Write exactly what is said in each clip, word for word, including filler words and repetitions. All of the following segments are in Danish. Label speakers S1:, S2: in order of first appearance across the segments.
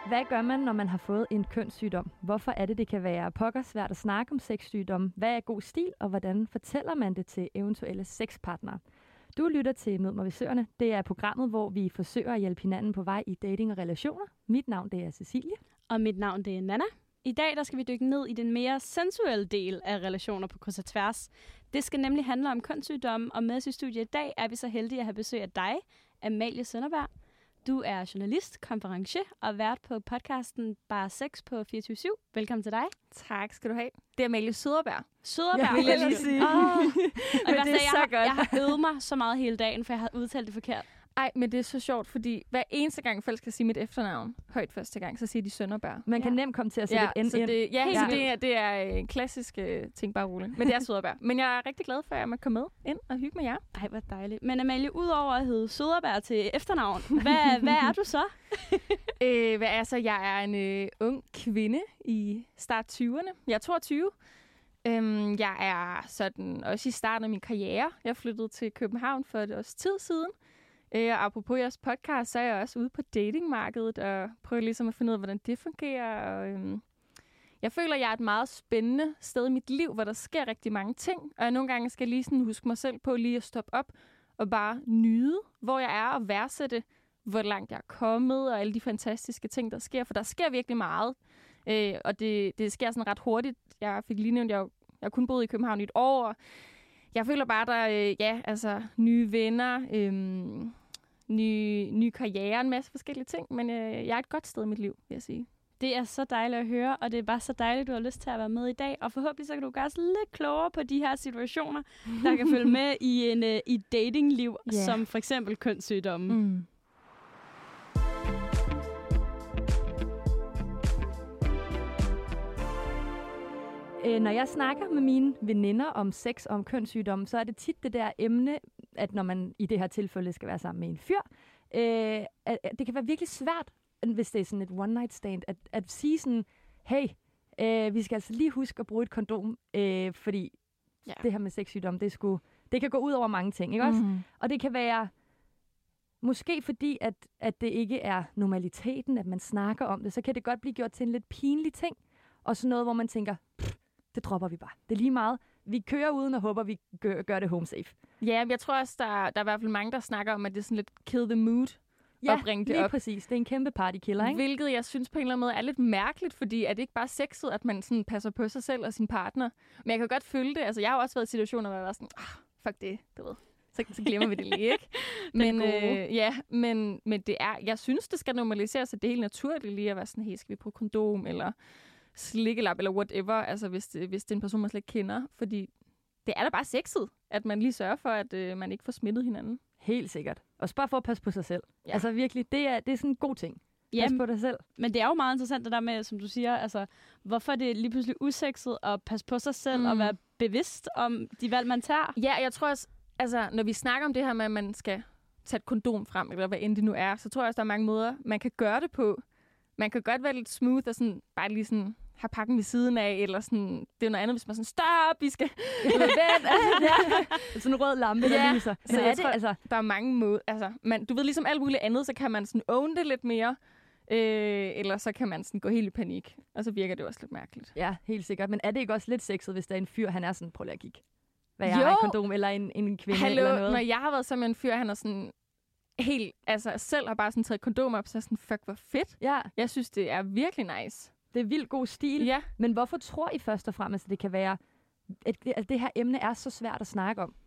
S1: Hvad gør man, når man har fået en kønssygdom? Hvorfor er det, det kan være pokker svært at snakke om sexsygdom? Hvad er god stil, og hvordan fortæller man det til eventuelle sexpartnere? Du lytter til Mød mig ved Søerne. Det er programmet, hvor vi forsøger at hjælpe hinanden på vej i dating og relationer. Mit navn det er Cecilie.
S2: Og mit navn det er Nana. I dag der skal vi dykke ned i den mere sensuelle del af relationer på kryds og tværs. Det skal nemlig handle om kønssygdomme, og med os i studiet i dag er vi så heldige at have besøg af dig, Amalie Sønderberg. Du er journalist, konferencier og vært på podcasten Bare Sex på fireogtyve syv. Velkommen til dig.
S3: Tak skal du have. Det er Amalie Sønderberg.
S2: Sønderberg,
S3: ja, vil jeg lige sige.
S2: Oh.
S3: Men det er
S2: jeg,
S3: så
S2: har,
S3: godt.
S2: Jeg har øvet mig så meget hele dagen, for jeg har udtalt det forkert.
S3: Ej, men det er så sjovt, fordi hver eneste gang folk skal sige mit efternavn højt første gang, så siger de Sønderberg.
S1: Man kan
S2: Ja.
S1: nemt komme til at sætte
S3: Ja,
S1: et end
S3: så
S1: ind.
S3: det, ja,
S2: Helt
S3: så
S2: vildt.
S3: det, er, det er en klassisk uh, ting, bare roligt. Men det er Søderberg. Men jeg er rigtig glad for, at jeg må komme med ind og hygge med jer.
S2: Ej, hvor dejligt. Men Amalie, udover at hedde Søderberg til efternavn, hvad, hvad er du så?
S3: øh, hvad er så? Jeg er en øh, ung kvinde i start tyverne. Jeg er toogtyve. Øhm, jeg er sådan også i starten af min karriere. Jeg flyttede til København for et års tid siden. Øh, og apropos jeres podcast, så er jeg også ude på datingmarkedet og prøver ligesom at finde ud af, hvordan det fungerer. Og, øhm, jeg føler, at jeg er et meget spændende sted i mit liv, hvor der sker rigtig mange ting. Og jeg nogle gange skal lige sådan huske mig selv på lige at stoppe op og bare nyde, hvor jeg er, og værdsætte, hvor langt jeg er kommet, og alle de fantastiske ting, der sker. For der sker virkelig meget. Øh, og det, det sker sådan ret hurtigt. Jeg fik lige nævnt, jeg jeg har kun boet i København i et år, og jeg føler bare, der er øh, ja, altså, nye venner, øh, ny, ny karriere, en masse forskellige ting. Men øh, jeg er et godt sted i mit liv, vil jeg sige.
S2: Det er så dejligt at høre, og det er bare så dejligt, at du har lyst til at være med i dag. Og forhåbentlig så kan du gøre os lidt klogere på de her situationer, der kan følge med i en uh, i datingliv,
S1: Yeah.
S2: som for eksempel kønssygdomme.
S1: Mm. Øh, når jeg snakker med mine veninder om sex og om kønssygdomme, så er det tit det der emne, at når man i det her tilfælde skal være sammen med en fyr, øh, at, at det kan være virkelig svært, hvis det er sådan et one night stand, at, at sige sådan, hey, øh, vi skal altså lige huske at bruge et kondom, øh, fordi
S3: Ja.
S1: det her med sexsygdom, det, skulle, det kan gå ud over mange ting, ikke også?
S3: Mm.
S1: Og det kan være måske fordi, at, at det ikke er normaliteten, at man snakker om det, så kan det godt blive gjort til en lidt pinlig ting, og sådan noget, hvor man tænker, det dropper vi bare. Det er lige meget. Vi kører uden og håber, vi gør, gør det home safe.
S3: Ja, men jeg tror også, der, der er i hvert fald mange, der snakker om, at det er sådan lidt kill the mood
S1: Ja,
S3: at bringe det
S1: lige
S3: op.
S1: præcis. Det er en kæmpe partykiller, ikke?
S3: Hvilket jeg synes på en eller anden måde er lidt mærkeligt, fordi er det ikke bare sexet, at man sådan passer på sig selv og sin partner? Men jeg kan godt føle det. Altså, jeg har jo også været i situationer, hvor jeg var sådan, ah, fuck det, du ved. Så, så glemmer vi det lige, ikke? men, øh, ja, men, men det er, jeg synes, det skal normaliseres, at det er helt naturligt lige at være sådan, hey, skal vi bruge kondom, eller slikkelap, eller whatever, altså hvis det, hvis det er en person, man slet ikke kender. Fordi det er da bare sexet, at man lige sørger for, at øh, man ikke får smittet hinanden.
S1: Helt sikkert. Og bare for at passe på sig selv.
S3: Ja.
S1: Altså virkelig, det er, det er sådan en god ting. Pas
S2: Jamen,
S1: på dig selv.
S2: men det er jo meget interessant det der med, som du siger, altså, hvorfor er det lige pludselig usexet at passe på sig selv
S3: Mm.
S2: og være bevidst om de valg, man tager?
S3: Ja, jeg tror også, altså, når vi snakker om det her med, at man skal tage et kondom frem, eller hvad end det nu er, så tror jeg også, der er mange måder, man kan gøre det på. Man kan godt være lidt smooth og sådan, bare lige sådan have pakken ved siden af, eller sådan, det er noget andet, hvis man sådan, stop, vi skal vent.
S1: Ja. Sådan en rød lampe, der
S3: Ja,
S1: lyser.
S3: så
S1: Så
S3: jeg
S1: er det,
S3: tror-
S1: altså,
S3: Der er mange måder, altså, man, du ved, ligesom alt muligt andet, så kan man sådan own det lidt mere, øh, eller så kan man sådan gå helt i panik, og så virker det også lidt mærkeligt.
S1: ja, helt sikkert. Men er det ikke også lidt sexet, hvis der er en fyr, han er sådan, prøv lige at kigge. Hvad jeg
S3: Jo.
S1: har en kondom, eller en, en kvinde,
S3: Hallo,
S1: eller noget.
S3: når jeg har været sammen med en fyr, han er sådan helt, altså selv har bare sådan taget kondom op, så er jeg sådan, fuck, hvor fedt.
S1: Ja,
S3: Jeg synes, det er virkelig nice.
S1: det er vildt god stil.
S3: Ja.
S1: Men hvorfor tror I først og fremmest, at det kan være, at det, at det her emne er så svært at snakke om?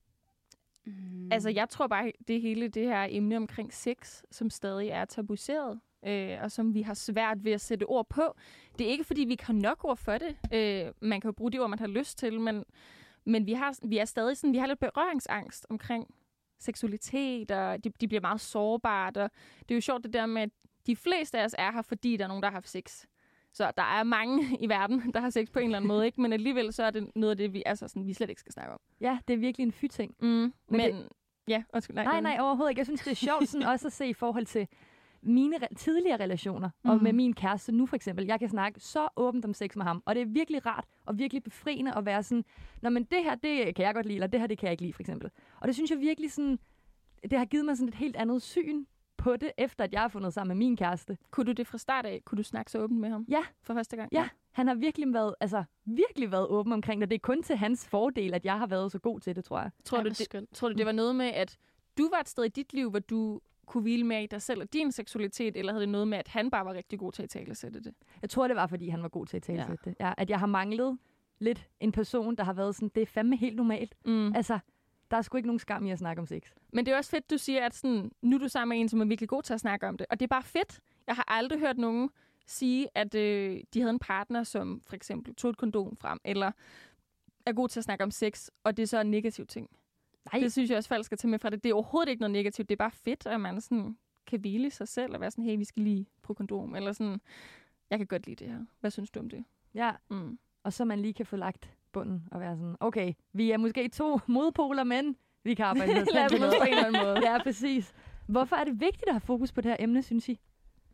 S2: Mm.
S3: Altså, jeg tror bare, det hele det her emne omkring sex, som stadig er tabuiseret, øh, og som vi har svært ved at sætte ord på. Det er ikke, fordi vi ikke har nok ord for det. Øh, man kan jo bruge de ord, man har lyst til, men, men vi, har, vi er stadig sådan, vi har lidt berøringsangst omkring seksualitet, og de, de bliver meget sårbare. Og det er jo sjovt det der med, at de fleste af os er her, fordi der er nogen, der har haft sex. Så der er mange i verden, der har sex på en eller anden måde, ikke? Men alligevel så er det noget af det, vi, altså sådan, vi slet ikke skal snakke om.
S1: Ja, det er virkelig en fy-ting.
S3: Mm, men, men
S1: det-
S3: ja, undskyld, nej.
S1: Nej, nej, overhovedet ikke. Jeg synes, det er sjovt sådan også at se i forhold til mine re- tidligere relationer, mm. og
S3: Mhm.
S1: med min kæreste nu for eksempel. Jeg kan snakke så åbent om sex med ham, og det er virkelig rart og virkelig befriende at være sådan, nå, men det her, det kan jeg godt lide, eller det her, det kan jeg ikke lide, for eksempel. Og det synes jeg virkelig sådan, det har givet mig sådan et helt andet syn på det, efter at jeg har fundet sammen med min kæreste.
S3: Kunne du det fra start af? Kunne du snakke så åbent med ham?
S1: Ja.
S3: For første gang?
S1: Ja, han har virkelig været, altså, virkelig været åben omkring det. Det er kun til hans fordel, at jeg har været så god til det, tror jeg.
S3: Tror,
S2: Ej,
S3: du, det, tror du, det var noget med, at du var et sted i dit liv, hvor du kunne hvile mere i dig selv og din seksualitet, eller havde det noget med, at han bare var rigtig god til at talesætte det?
S1: Jeg tror, det var, fordi han var god til at talesætte ja. det. Ja, at jeg har manglet lidt en person, der har været sådan, det er fandme helt normalt.
S3: Mm.
S1: Altså, der er sgu ikke nogen skam i at snakke om sex.
S3: Men det er også fedt, du siger, at sådan, nu er du sammen med en, som er virkelig god til at snakke om det. Og det er bare fedt. Jeg har aldrig hørt nogen sige, at øh, de havde en partner, som for eksempel tog et kondom frem, eller er god til at snakke om sex, og det er så en negativ ting.
S1: Nej.
S3: Det synes jeg også, folk skal tage med fra det. Det er overhovedet ikke noget negativt. Det er bare fedt, at man sådan kan hvile i sig selv og være sådan, hey, vi skal lige på kondom. Eller sådan, jeg kan godt lide det her. Hvad synes du om det?
S1: Ja,
S3: Mm.
S1: og så man lige kan få lagt bunden og være sådan, okay, vi er måske to modpoler, men vi kan arbejde med os
S3: Lad
S1: hen til
S3: os
S1: noget.
S3: på en eller anden måde.
S1: Ja, præcis. Hvorfor er det vigtigt at have fokus på det her emne, synes I?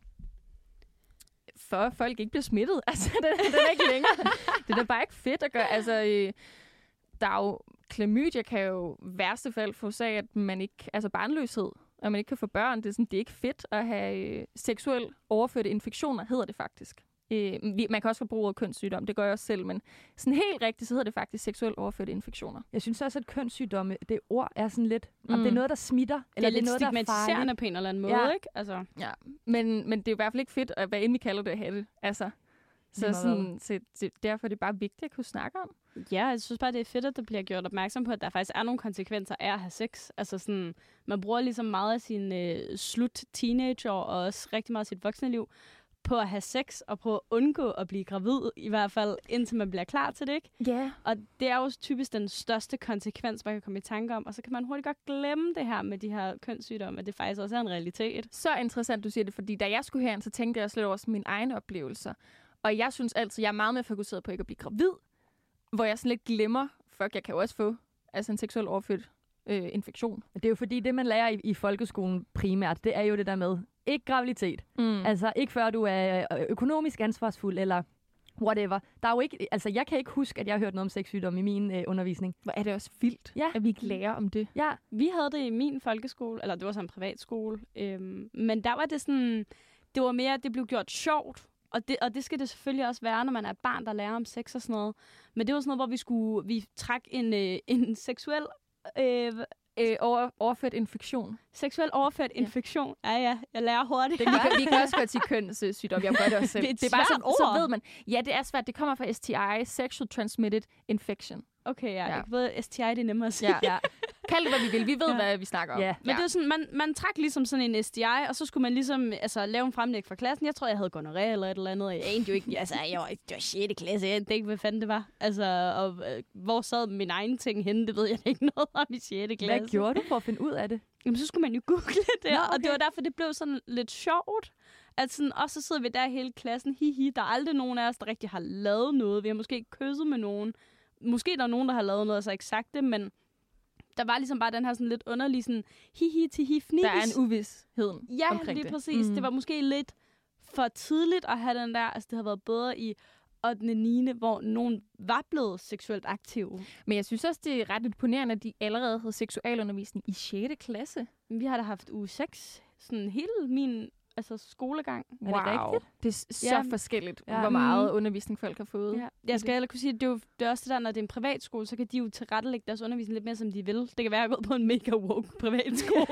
S3: For at folk ikke bliver smittet. Altså, det, det er ikke længere. Det er da bare ikke fedt at gøre. Altså, øh, der er jo, klamydia kan jo i værste fald forårsage, at man ikke, altså barnløshed, at man ikke kan få børn. Det er, sådan, det er ikke fedt at have øh, seksuelt overførte infektioner, hedder det faktisk. Øh, vi, man kan også få brug af kønssygdom, det gør jeg også selv, men sådan helt rigtigt, så hedder det faktisk seksuelt overførte infektioner.
S1: Jeg synes også, at kønssygdomme, det ord er sådan lidt, om
S3: Mm.
S1: det er noget, der smitter, eller
S2: det er lidt
S1: noget, der er
S2: stigmatiserende
S1: farligt.
S2: på en eller anden måde,
S1: Ja.
S2: ikke? Altså.
S3: Ja, men, men det er i hvert fald ikke fedt, at hvad end vi kalder det at have det. Altså, så,
S1: Lige meget
S3: sådan, så, så derfor er det bare vigtigt at kunne snakke om.
S2: Ja, jeg synes bare, det er fedt, at der bliver gjort opmærksom på, at der faktisk er nogle konsekvenser af at have sex. Altså sådan, man bruger ligesom meget af sin øh, slut teenager og også rigtig meget af sit voksne liv på at have sex og på at undgå at blive gravid, i hvert fald indtil man bliver klar til det, ikke?
S3: Ja.
S2: Og det er jo typisk den største konsekvens, man kan komme i tanke om, og så kan man hurtigt godt glemme det her med de her kønssygdomme, at det faktisk også er en realitet.
S3: Så interessant, du siger det, fordi da jeg skulle herind, så tænkte jeg også lidt over sådan mine egne oplevelser. Og jeg synes altid, jeg er meget mere fokuseret på ikke at blive gravid, hvor jeg sådan lidt glemmer, fuck, jeg kan jo også få altså en seksuel overført øh, infektion.
S1: Det er jo fordi, det man lærer i, i folkeskolen primært, det er jo det der med, ikke graviditet.
S3: Mm.
S1: Altså ikke før du er økonomisk ansvarsfuld, eller whatever. Der er jo ikke, altså jeg kan ikke huske, at jeg har hørt noget om sexsygdom i min øh, undervisning.
S3: Hvor er det også vildt,
S1: Ja.
S3: at vi ikke lærer om det.
S1: Ja,
S2: Vi havde det i min folkeskole, eller det var så en privatskole, øhm, men der var det sådan, det var mere, det blev gjort sjovt, og det, og det skal det selvfølgelig også være, når man er et barn, der lærer om sex og sådan noget. Men det var sådan noget, hvor vi skulle, vi trak en, øh, en seksuel, øh,
S3: Øh, over, overført infektion.
S2: seksuel overført
S3: Ja.
S2: infektion. Ja, ja, jeg lærer hurtigt.
S3: Det, vi, kan, vi kan også godt sige kønssygdom. Jeg gør det også selv.
S2: Det er et
S3: det er bare
S2: svært
S3: så, så
S2: ord.
S3: ved man. Ja, det er svært. Det kommer fra S T I, Sexual Transmitted Infection.
S2: Okay, ja,
S3: Ja.
S2: ja. Både S T I, det er nemmere at sige.
S3: Ja. ja. Kald det, hvad vi vil. Vi ved,
S2: Ja.
S3: ja. hvad vi snakker om.
S1: Ja.
S2: Men det er sådan, man, man trak ligesom sådan en S T I, og så skulle man ligesom altså, lave en fremlæg fra klassen. Jeg tror, jeg havde gonorrhea eller et eller andet. Jeg anede jo ikke, altså, jeg var, det var sjette klasse, jeg anede ikke, hvad fanden det var. Altså, og øh, hvor sad min egen ting henne, det ved jeg ikke noget om i sjette klasse.
S1: hvad gjorde du for at finde ud af det?
S2: Jamen, så skulle man jo google det,
S1: Nå,
S2: og
S1: okay.
S2: det var derfor, det blev sådan lidt sjovt. At sådan, og så sidder vi der hele klassen, hihi, der er aldrig nogen af os, der rigtig har lavet noget. Vi har måske ikke kysset med nogen. Måske der er nogen, der har lavet noget, og så ikke sagt det, men der var ligesom bare den her sådan lidt underlige sådan, hihi til hifnis.
S3: Der er en uvidshed
S2: Ja,
S3: omkring
S2: lige
S3: det.
S2: præcis.
S1: Mm.
S2: Det var måske lidt for tidligt at have den der, altså det har været bedre i ottende niende hvor nogen var blevet seksuelt aktive.
S3: Men jeg synes også, det er ret imponerende, at de allerede havde seksualundervisning i sjette klasse.
S2: Vi har da haft uge seks, sådan hele min altså skolegang.
S1: Er det rigtigt?
S3: Det er s- så
S2: Ja.
S3: forskelligt,
S1: Ja.
S3: hvor meget undervisning folk har fået.
S2: Ja. Jeg skal heller kunne sige, at det er, jo, det er også det der, når det er en privatskole, så kan de jo tilrettelægge deres undervisning lidt mere, som de vil. Det kan være, at jeg er gået på en mega woke privatskole.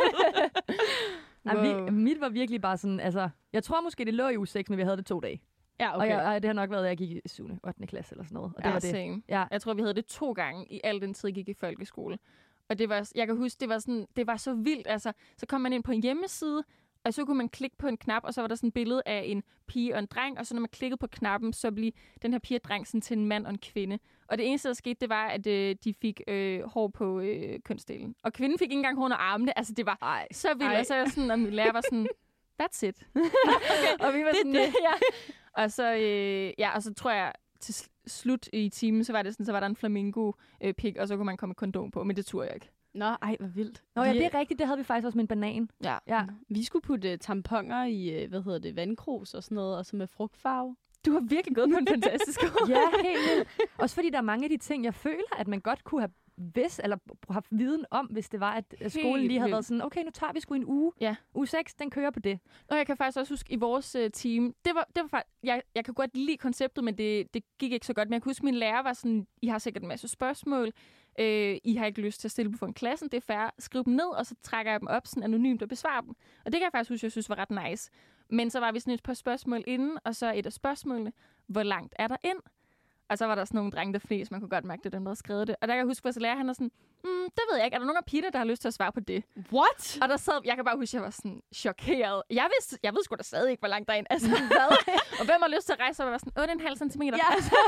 S1: Nej,
S3: Wow.
S1: vi, mit var virkelig bare sådan, altså, jeg tror måske, det lå i uge seks, men vi havde det to dage.
S2: ja,
S1: Okay.
S2: okay.
S1: Og jeg, det har nok været, at jeg gik i syvende ottende klasse eller sådan noget. Og det
S3: Ja,
S1: var det.
S3: same.
S1: Ja.
S3: Jeg tror, vi havde det to gange i al den tid, jeg gik i folkeskole. Og det var, jeg kan huske, det var, sådan, det var så vildt. Altså, så kom man ind på en hjemmeside, og så kunne man klikke på en knap, og så var der sådan et billede af en pige og en dreng, og så når man klikkede på knappen, så blev den her pige og dreng sådan til en mand og en kvinde. Og det eneste, der skete, det var, at øh, de fik øh, hår på øh, kønsdelen. Og kvinden fik ikke engang hår under armene. Altså, det var
S1: Ej.
S3: så vildt.
S2: Ej.
S3: Og så var sådan, og min lærer var sådan, that's it. okay, og vi var
S2: det er
S3: sådan,
S2: det.
S3: ja. Og så, øh, ja, og så tror jeg, til sl- slut i timen, så var det sådan, så var der en flamingo-pik, og så kunne man komme med kondom på, men det turde jeg ikke.
S2: Nå, ej, hvor vildt.
S1: Nå ja,
S2: Vi-
S1: det er rigtigt. Det havde vi faktisk også med en banan.
S3: Ja.
S1: Ja.
S2: Vi skulle putte uh, tamponer i, uh, hvad hedder det, vandkrus og sådan noget, og så med frugtfarve.
S3: Du har virkelig gået på en fantastisk skole.
S1: Ja, helt vildt. Også fordi der er mange af de ting, jeg føler, at man godt kunne have vidst, eller haft viden om, hvis det var, at Helt skolen lige havde vildt. været sådan, okay, nu tager vi sgu en uge.
S3: Ja.
S1: Uge seks, den kører på det.
S3: Og jeg kan faktisk også huske, i vores uh, team, det var, det var faktisk, jeg, jeg kan godt lide konceptet, men det, det gik ikke så godt. Men jeg kan huske, min lærer var sådan, I har sikkert en masse spørgsmål, øh, I har ikke lyst til at stille dem for en klassen, det er fair. Skriv dem ned, og så trækker jeg dem op sådan anonymt og besvarer dem. Og det kan jeg faktisk huske, jeg synes var ret nice. Men så var vi sådan et par spørgsmål inden, og så et af spørgsmålene, hvor langt er der ind? Og så var der sådan nogle drenge, der flæs, man kunne godt mærke det, dem der havde skrevet det. Og der kan jeg huske, at lærer han er sådan, mm, det ved jeg ikke, er der nogen af piger, der har lyst til at svare på det?
S2: What?
S3: Og der sad, jeg kan bare huske, at jeg var sådan chokeret. Jeg vidste, jeg ved sgu da stadig ikke, hvor langt der er ind. Altså, hvad? Og hvem har lyst til at rejse, og jeg var sådan, otte komma fem centimeter.
S1: Ja.
S3: Altså,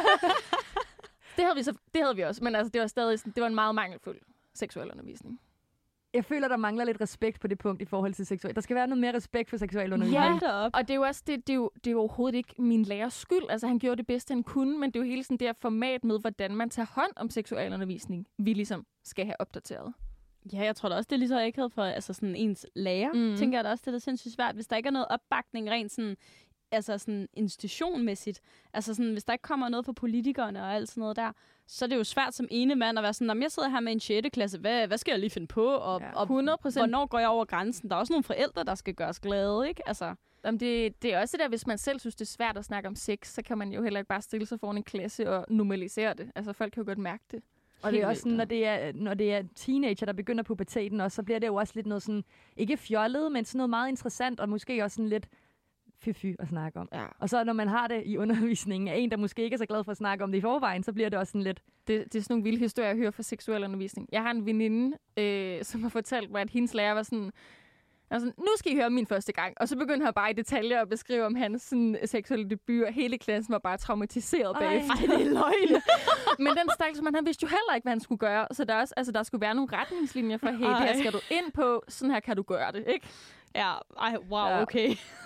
S3: det, havde vi så, det havde vi også, men altså, det var stadig sådan, det var en meget mangelfuld seksuel undervisning.
S1: Jeg føler, der mangler lidt respekt på det punkt i forhold til seksuel. Der skal være noget mere respekt for seksuel undervisning.
S3: Ja, og det er jo også det, det, er jo, det er jo overhovedet ikke min lærers skyld. Altså, han gjorde det bedste, han kunne, men det er jo hele sådan det her format med, hvordan man tager hånd om seksuel undervisning, vi ligesom skal have opdateret.
S2: Ja, jeg tror da også, det er lige så akavet for altså sådan ens lærer. Mm. Tænker jeg da også, det er sindssygt svært, hvis der ikke er noget opbakning rent sådan, altså sådan institutionmæssigt. Altså sådan, hvis der ikke kommer noget fra politikerne og alt sådan noget der, så er det jo svært som ene mand at være sådan, jeg sidder her med en sjette klasse, hvad, hvad skal jeg lige finde på? Og,
S3: ja,
S2: og
S3: hundrede procent.
S2: Hvornår går jeg over grænsen? Der er også nogle forældre, der skal gøres glade, ikke? Altså.
S3: Jamen det, det er også det der, hvis man selv synes, det er svært at snakke om sex, så kan man jo heller ikke bare stille sig foran en klasse og normalisere det. Altså folk kan jo godt mærke det.
S1: Og det er også sådan, når det er, når det er teenager, der begynder puberteten også, så bliver det jo også lidt noget sådan, ikke fjollet, men sådan noget meget interessant, og måske også sådan lidt fy-fy at snakke om.
S3: Ja.
S1: Og så når man har det i undervisningen af en, der måske ikke er så glad for at snakke om det i forvejen, så bliver det også sådan lidt...
S3: Det, det er sådan nogle vilde historier, jeg hører fra seksuel undervisning. Jeg har en veninde, øh, som har fortalt mig, at hendes lærer var sådan... Altså, nu skal I høre min første gang. Og så begyndte han bare i detaljer at beskrive om hans sådan, seksuelle debut, og hele klassen var bare traumatiseret bagefter.
S2: Ej, det er løgn.
S3: Men den stakkels mand, han vidste jo heller ikke, hvad han skulle gøre. Så der, også, altså, der skulle være nogle retningslinjer for, hey, det her skal du ind på, sådan her kan du gøre det, ikke?
S2: Ja, ej, wow, ja. Okay.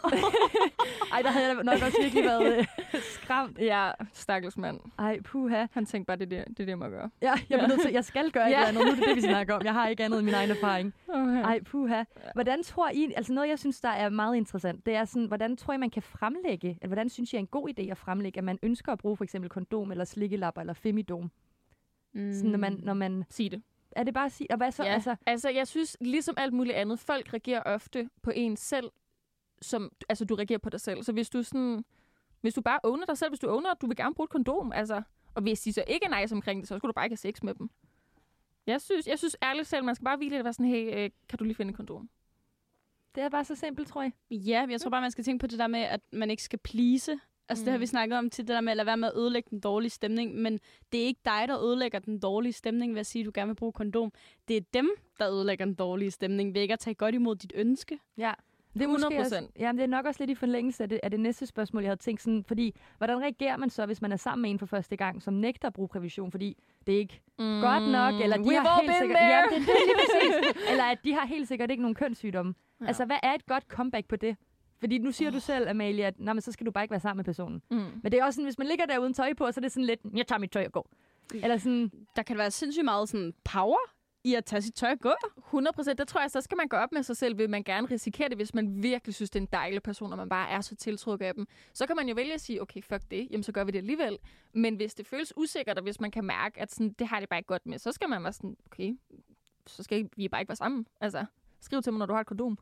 S1: Ej, der havde jeg nok også virkelig været øh, skræmt.
S3: Ja, stakkels mand.
S1: Ej, puha.
S3: Han tænkte bare, det er det, det, er det jeg må gøre.
S1: Ja, jeg er nødt til, jeg skal gøre et
S3: ja.
S1: eller andet. Nu er det det, vi snakker om. Jeg har ikke andet end min egen erfaring.
S3: Okay.
S1: Ej, puha. Hvordan tror I, altså noget, jeg synes, der er meget interessant, det er sådan, hvordan tror I, man kan fremlægge, eller hvordan synes I er en god idé at fremlægge, at man ønsker at bruge for eksempel kondom, eller slikkelapper, eller femidom? Mm. Sådan, når man, når man...
S3: Sig det.
S1: Er det bare at sige, og hvad så?
S3: Ja.
S1: Altså,
S3: altså, jeg synes, ligesom alt muligt andet, folk reagerer ofte på en selv, som, altså, du reagerer på dig selv. Så hvis du sådan, hvis du bare owner dig selv, hvis du owner, at du vil gerne bruge et kondom, altså, og hvis de så ikke er nice omkring det, så skulle du bare ikke have sex med dem. Jeg synes, jeg synes ærligt selv, man skal bare hvile det, være sådan, hey, øh, kan du lige finde et kondom?
S1: Det er bare så simpelt, tror jeg.
S2: Ja, jeg tror bare, man skal tænke på det der med, at man ikke skal please. Altså mm. det har vi snakket om til det der med at lade være med at ødelægge den dårlige stemning, men det er ikke dig, der ødelægger den dårlige stemning ved at sige, at du gerne vil bruge kondom. Det er dem, der ødelægger den dårlige stemning ved ikke at tage godt imod dit ønske.
S1: Ja, det er hundrede procent. Ja, det er nok også lidt i forlængelse af det, af det næste spørgsmål, jeg havde tænkt sådan, fordi hvordan reagerer man så, hvis man er sammen med en for første gang, som nægter at bruge prævention, fordi det er ikke mm. godt nok, eller de
S3: We've
S1: har helt sikkert, ja, det, det er lige præcis, eller at de har helt sikkert ikke nogen kønssygdomme. Ja. Altså, hvad er et godt comeback på det? Fordi nu siger oh. du selv, Amalie, at nej, men så skal du bare ikke være sammen med personen. Mm. Men det er også sådan, hvis man ligger der uden tøj på, så er det sådan lidt, jeg tager mit tøj og går. Eller sådan,
S2: der kan være sindssygt meget sådan power i at tage sit tøj og gå.
S3: hundrede procent. Det tror jeg, så skal man gå op med sig selv, vil man gerne risikere det, hvis man virkelig synes, det er en dejlig person, og man bare er så tiltrukket af dem. Så kan man jo vælge at sige, okay, fuck det, jamen så gør vi det alligevel. Men hvis det føles usikkert, og hvis man kan mærke, at sådan, det har det bare ikke godt med, så skal man være sådan, okay, så skal vi bare ikke være sammen. Altså, skriv til mig, når du har et kondom.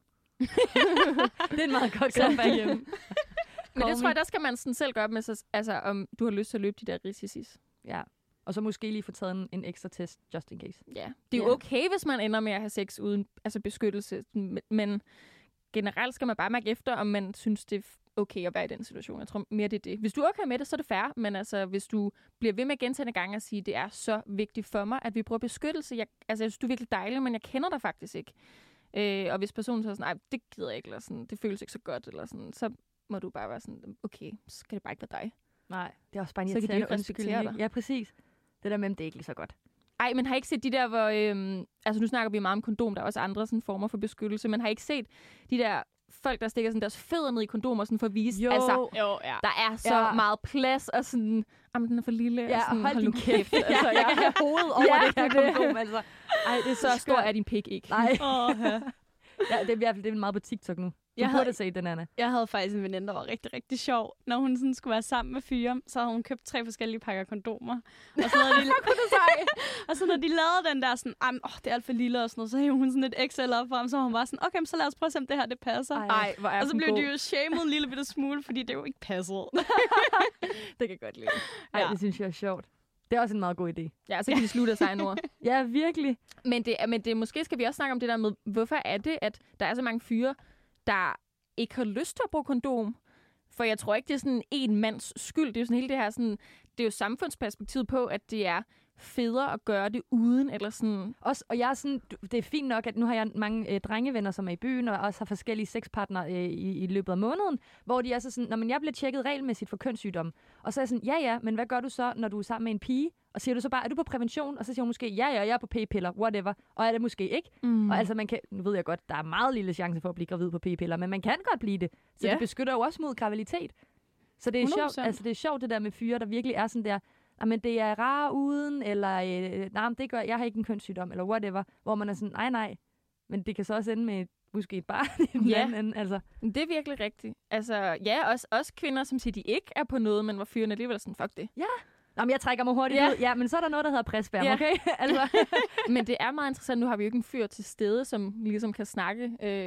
S1: Det er en meget godt comeback hjemme.
S3: Men det tror jeg, der skal man sådan selv gøre op med sig, altså om du har lyst til at løbe de der risicis.
S1: Ja, og så måske lige få taget en, en ekstra test, just in case.
S3: Ja, det er jo okay, hvis man ender med at have sex uden altså beskyttelse, men generelt skal man bare mærke efter, om man synes, det er okay at være i den situation. Jeg tror mere, det er det. Hvis du er okay med det, så er det fair, men altså, hvis du bliver ved med gentagne gange at sige, det er så vigtigt for mig, at vi bruger beskyttelse. Jeg, altså, jeg synes, du er virkelig dejlig, men jeg kender dig faktisk ikke. Øh, og hvis personen så er sådan, nej, det gider jeg ikke, eller sådan, det føles ikke så godt, eller sådan, så må du bare være sådan, okay, så skal det bare ikke være dig.
S1: Nej, det er også bare en
S3: irriterende undskyldning.
S1: Ja, præcis. Det der med, det er ikke lige så godt.
S3: Ej, men har I ikke set de der, hvor... Øhm, altså, nu snakker vi meget om kondom, der er også andre sådan, former for beskyttelse, men har I ikke set de der folk, der stikker sådan deres fødder ned i kondomer, sådan for at vise,
S1: jo,
S3: altså,
S2: jo, ja.
S3: der er så ja. meget plads, og sådan, jamen, den er for lille,
S1: ja,
S3: og sådan,
S1: hold,
S3: hold nu kæft. Altså,
S1: ja, jeg kan have hovedet over
S3: ja,
S1: det her kondom, altså.
S3: Ej, det er så, så stor er din pik ikke.
S1: Nej. Oh, ja. Ja, det er i hvert fald det er meget på TikTok nu. Du
S2: Jeg
S1: burde
S2: havde,
S1: se den, Anna.
S2: jeg havde faktisk en veninde, der var rigtig, rigtig sjov. Når hun sådan skulle være sammen med fyre, så havde hun købt tre forskellige pakker kondomer. Og så havde de, og så når de lavede den der sådan, åh, det er alt for lille og sådan noget, så hævde hun sådan et X L op for ham, så var hun bare sådan, okay, så lad os prøve at se, om det her det passer.
S1: Ej.
S3: Ej, hvor er
S2: Og så
S3: hun
S2: blev
S3: god.
S2: de jo shamed en lille bitte smule, fordi det jo ikke passede.
S3: Det kan jeg godt lide.
S1: Ej,
S2: Ja.
S1: det synes jeg er sjovt. Det er også en meget god idé.
S3: Ja, så kan de slutte af sig ord.
S1: Ja, virkelig.
S3: Men, det, men det, måske skal vi også snakke om det der med, hvorfor er det, at der er så mange fyre, der ikke har lyst til at bruge kondom? For jeg tror ikke, det er sådan en mands skyld. Det er jo sådan hele det her, sådan, det er jo samfundsperspektivet på, at det er federe at gøre det uden, eller sådan...
S1: Også, og jeg er sådan, du- det er fint nok, at nu har jeg mange øh, drengevenner, som er i byen, og også har forskellige sexpartnere øh, i, i løbet af måneden, hvor de er så sådan, når man jeg bliver tjekket regelmæssigt for kønssygdom. Og så er jeg sådan, ja ja, men hvad gør du så, når du er sammen med en pige? Og siger du så bare, er du på prævention? Og så siger hun måske, ja ja, jeg er på p-piller, whatever. Og er det måske ikke?
S3: Mm.
S1: Og altså, man kan, nu ved jeg godt, der er meget lille chance for at blive gravid på p-piller, men man kan godt blive det. Så
S2: Ja.
S1: det beskytter jo også mod graviditet. Så det er
S2: hundrede
S1: sjovt,
S2: procent.
S1: altså det er sjovt det der med fyre, der virkelig er sådan der, men det er rar uden, eller øh, nej, men det gør, jeg har ikke en kønssygdom, eller whatever, hvor man er sådan, nej, nej, men det kan så også ende med måske et barn i den
S3: Ja.
S1: anden ende, altså.
S3: Det er virkelig rigtigt. Altså, ja, også, også kvinder, som siger, de ikke er på noget, men hvor fyrene alligevel er sådan, fuck det.
S1: Nå, men jeg trækker mig hurtigt
S3: Ja.
S1: ud. Ja, men så er der noget, der hedder presspærm,
S3: Ja.
S1: okay? altså.
S3: Men det er meget interessant. Nu har vi jo ikke en fyr til stede, som ligesom kan snakke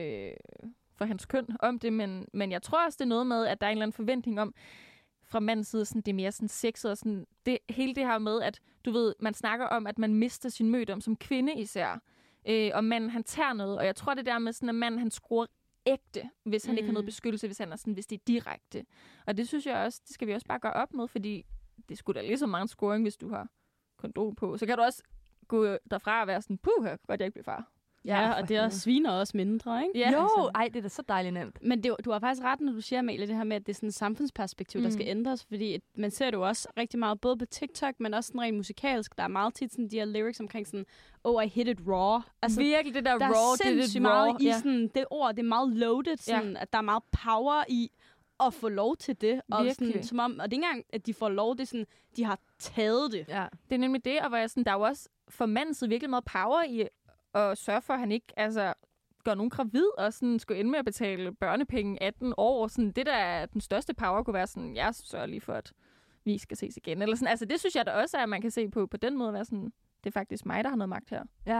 S3: øh, for hans køn om det, men, men jeg tror også, det er noget med, at der er en eller anden forventning om, fra mandens side, sådan, det er mere sådan sexet, og sådan, det, hele det her med, at du ved, man snakker om, at man mister sin mødom som kvinde især, øh, og manden, han tager noget, og jeg tror det der med, sådan, at manden, han skruer ægte, hvis han mm. ikke har noget beskyttelse, hvis han er sådan, hvis det er direkte. Og det synes jeg også, det skal vi også bare gøre op med, fordi det skulle da lige så meget scoring, hvis du har kondom på. Så kan du også gå derfra og være sådan, puh, godt jeg ikke bliver far.
S2: Ja,
S1: for
S2: og det er også sviner også mindre, ikke?
S3: Ja,
S1: jo,
S2: altså.
S1: ej, det er da så dejligt nemt.
S2: Men det, du har faktisk ret, når du siger, Amalie, det her med, at det er sådan et samfundsperspektiv, mm. der skal ændres, fordi et, man ser det jo også rigtig meget, både på TikTok, men også sådan rent musikalsk. Der er meget tit sådan de her lyrics omkring sådan, oh, I hit it raw.
S3: Altså, virkelig det der,
S2: der
S3: raw,
S2: er
S3: det er
S2: sindssygt
S3: det
S2: meget
S3: raw.
S2: i
S3: Ja.
S2: sådan, det ord, det er meget loaded, sådan, ja. At der er meget power i at få lov til det. Og, sådan,
S3: Virkelig.
S2: som om, og det er ikke engang, at de får lov, det er sådan, de har taget det.
S1: Ja.
S3: Det er nemlig det, og hvor jeg sådan, der er jo også for mandens side virkelig meget power i at sørge for, at han ikke altså, gør nogen gravid, og sådan skulle ende med at betale børnepenge atten år. Sådan, det der er den største power, kunne være sådan, jeg sørger lige for, at vi skal ses igen. Eller sådan. Altså, det synes jeg da også er, at man kan se på på den måde, være sådan, det er faktisk mig, der har noget magt her.
S1: Ja.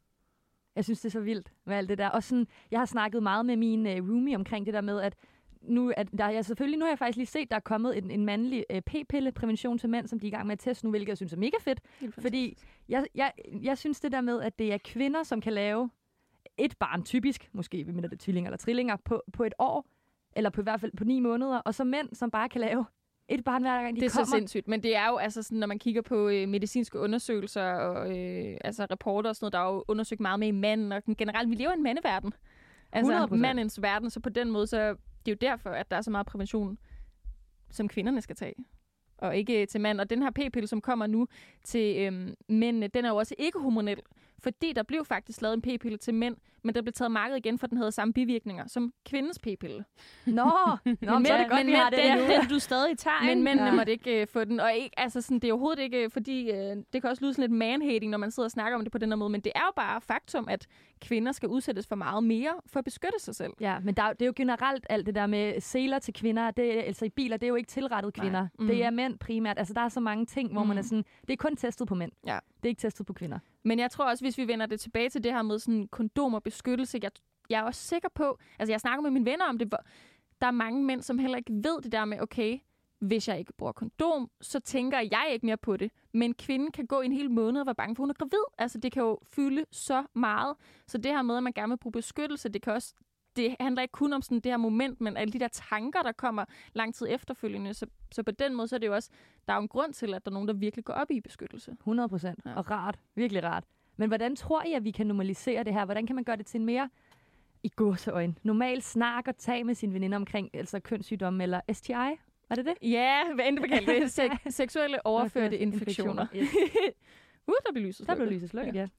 S1: Jeg synes, det er så vildt med alt det der. Og sådan, jeg har snakket meget med min uh, roomie omkring det der med, at nu, at der, jeg selvfølgelig, nu har jeg faktisk lige set, der er kommet en, en mandlig uh, p-pille-prævention til mænd, som de er i gang med at teste nu, hvilket jeg synes er mega fedt. Fordi jeg, jeg, jeg synes det der med, at det er kvinder, som kan lave et barn typisk, måske ved det tvillinger eller trillinger, på, på et år, eller på i hvert fald på ni måneder, og så mænd, som bare kan lave et barn hver gang, de
S3: det er
S1: kommer.
S3: så sindssygt, men det er jo altså sådan, når man kigger på øh, medicinske undersøgelser og øh, altså rapporter og sådan noget, der er jo undersøgt meget med i manden, og den, generelt, vi lever i en mandeverden. Altså
S1: hundrede procent.
S3: mandens verden, så på den måde, så det er jo derfor, at der er så meget prævention, som kvinderne skal tage, og ikke til mand. Og den her p-pille, som kommer nu til øhm, mændene, den er jo også ikke hormonel, fordi der blev faktisk lavet en p-pille til mænd, men der blev taget markedet igen, for den havde samme bivirkninger som kvindens p-pille.
S1: Nå, Nå men så er det
S3: mænd-
S1: godt,
S3: men
S1: vi har
S3: mænd-
S1: det
S2: Den,
S1: nu.
S2: den du stadig tager,
S3: Men
S2: ikke?
S3: mændene
S1: Ja.
S3: måtte ikke øh, få den, og ikke, altså sådan, det er overhovedet ikke, øh, fordi øh, det kan også lyde sådan lidt man-hating, når man sidder og snakker om det på den her måde, men det er jo bare faktum, at kvinder skal udsættes for meget mere for at beskytte sig selv.
S1: Ja, men der, er jo- det er jo generelt alt det der med seler til kvinder, det, er- altså i biler, det er jo ikke tilrettet kvinder.
S3: Mm.
S1: Det er mænd primært. Altså der er så mange ting, hvor
S3: Mm.
S1: man er sådan, det er kun testet på mænd.
S3: Ja.
S1: Det er ikke testet på kvinder.
S3: Men jeg tror også, hvis vi vender det tilbage til det her med sådan kondom og beskyttelse, jeg, jeg er også sikker på, altså jeg snakker med mine venner om det, hvor der er mange mænd, som heller ikke ved det der med, okay, hvis jeg ikke bruger kondom, så tænker jeg ikke mere på det. Men kvinden kan gå en hel måned og være bange for, hun er gravid. Altså det kan jo fylde så meget. Så det her med, at man gerne vil bruge beskyttelse, det kan også, det handler ikke kun om sådan det her moment, men alle de der tanker, der kommer lang tid efterfølgende. Så, så på den måde, så er det jo også, der er jo en grund til, at der er nogen, der virkelig går op i beskyttelse.
S1: hundrede procent.
S3: Ja.
S1: Ja. Og rart. Virkelig rart. Men hvordan tror I, at vi kan normalisere det her? Hvordan kan man gøre det til en mere i gåseøjne normal snak og tag med sine veninder omkring altså kønssygdomme eller S T I? Var det det?
S3: Ja, hvad end det vil kalde det. Sek- seksuelle overførte infektioner.
S1: Yes.
S3: uh, der blev lyset
S1: Der blev
S3: slukket.
S1: lyset slukket, ja.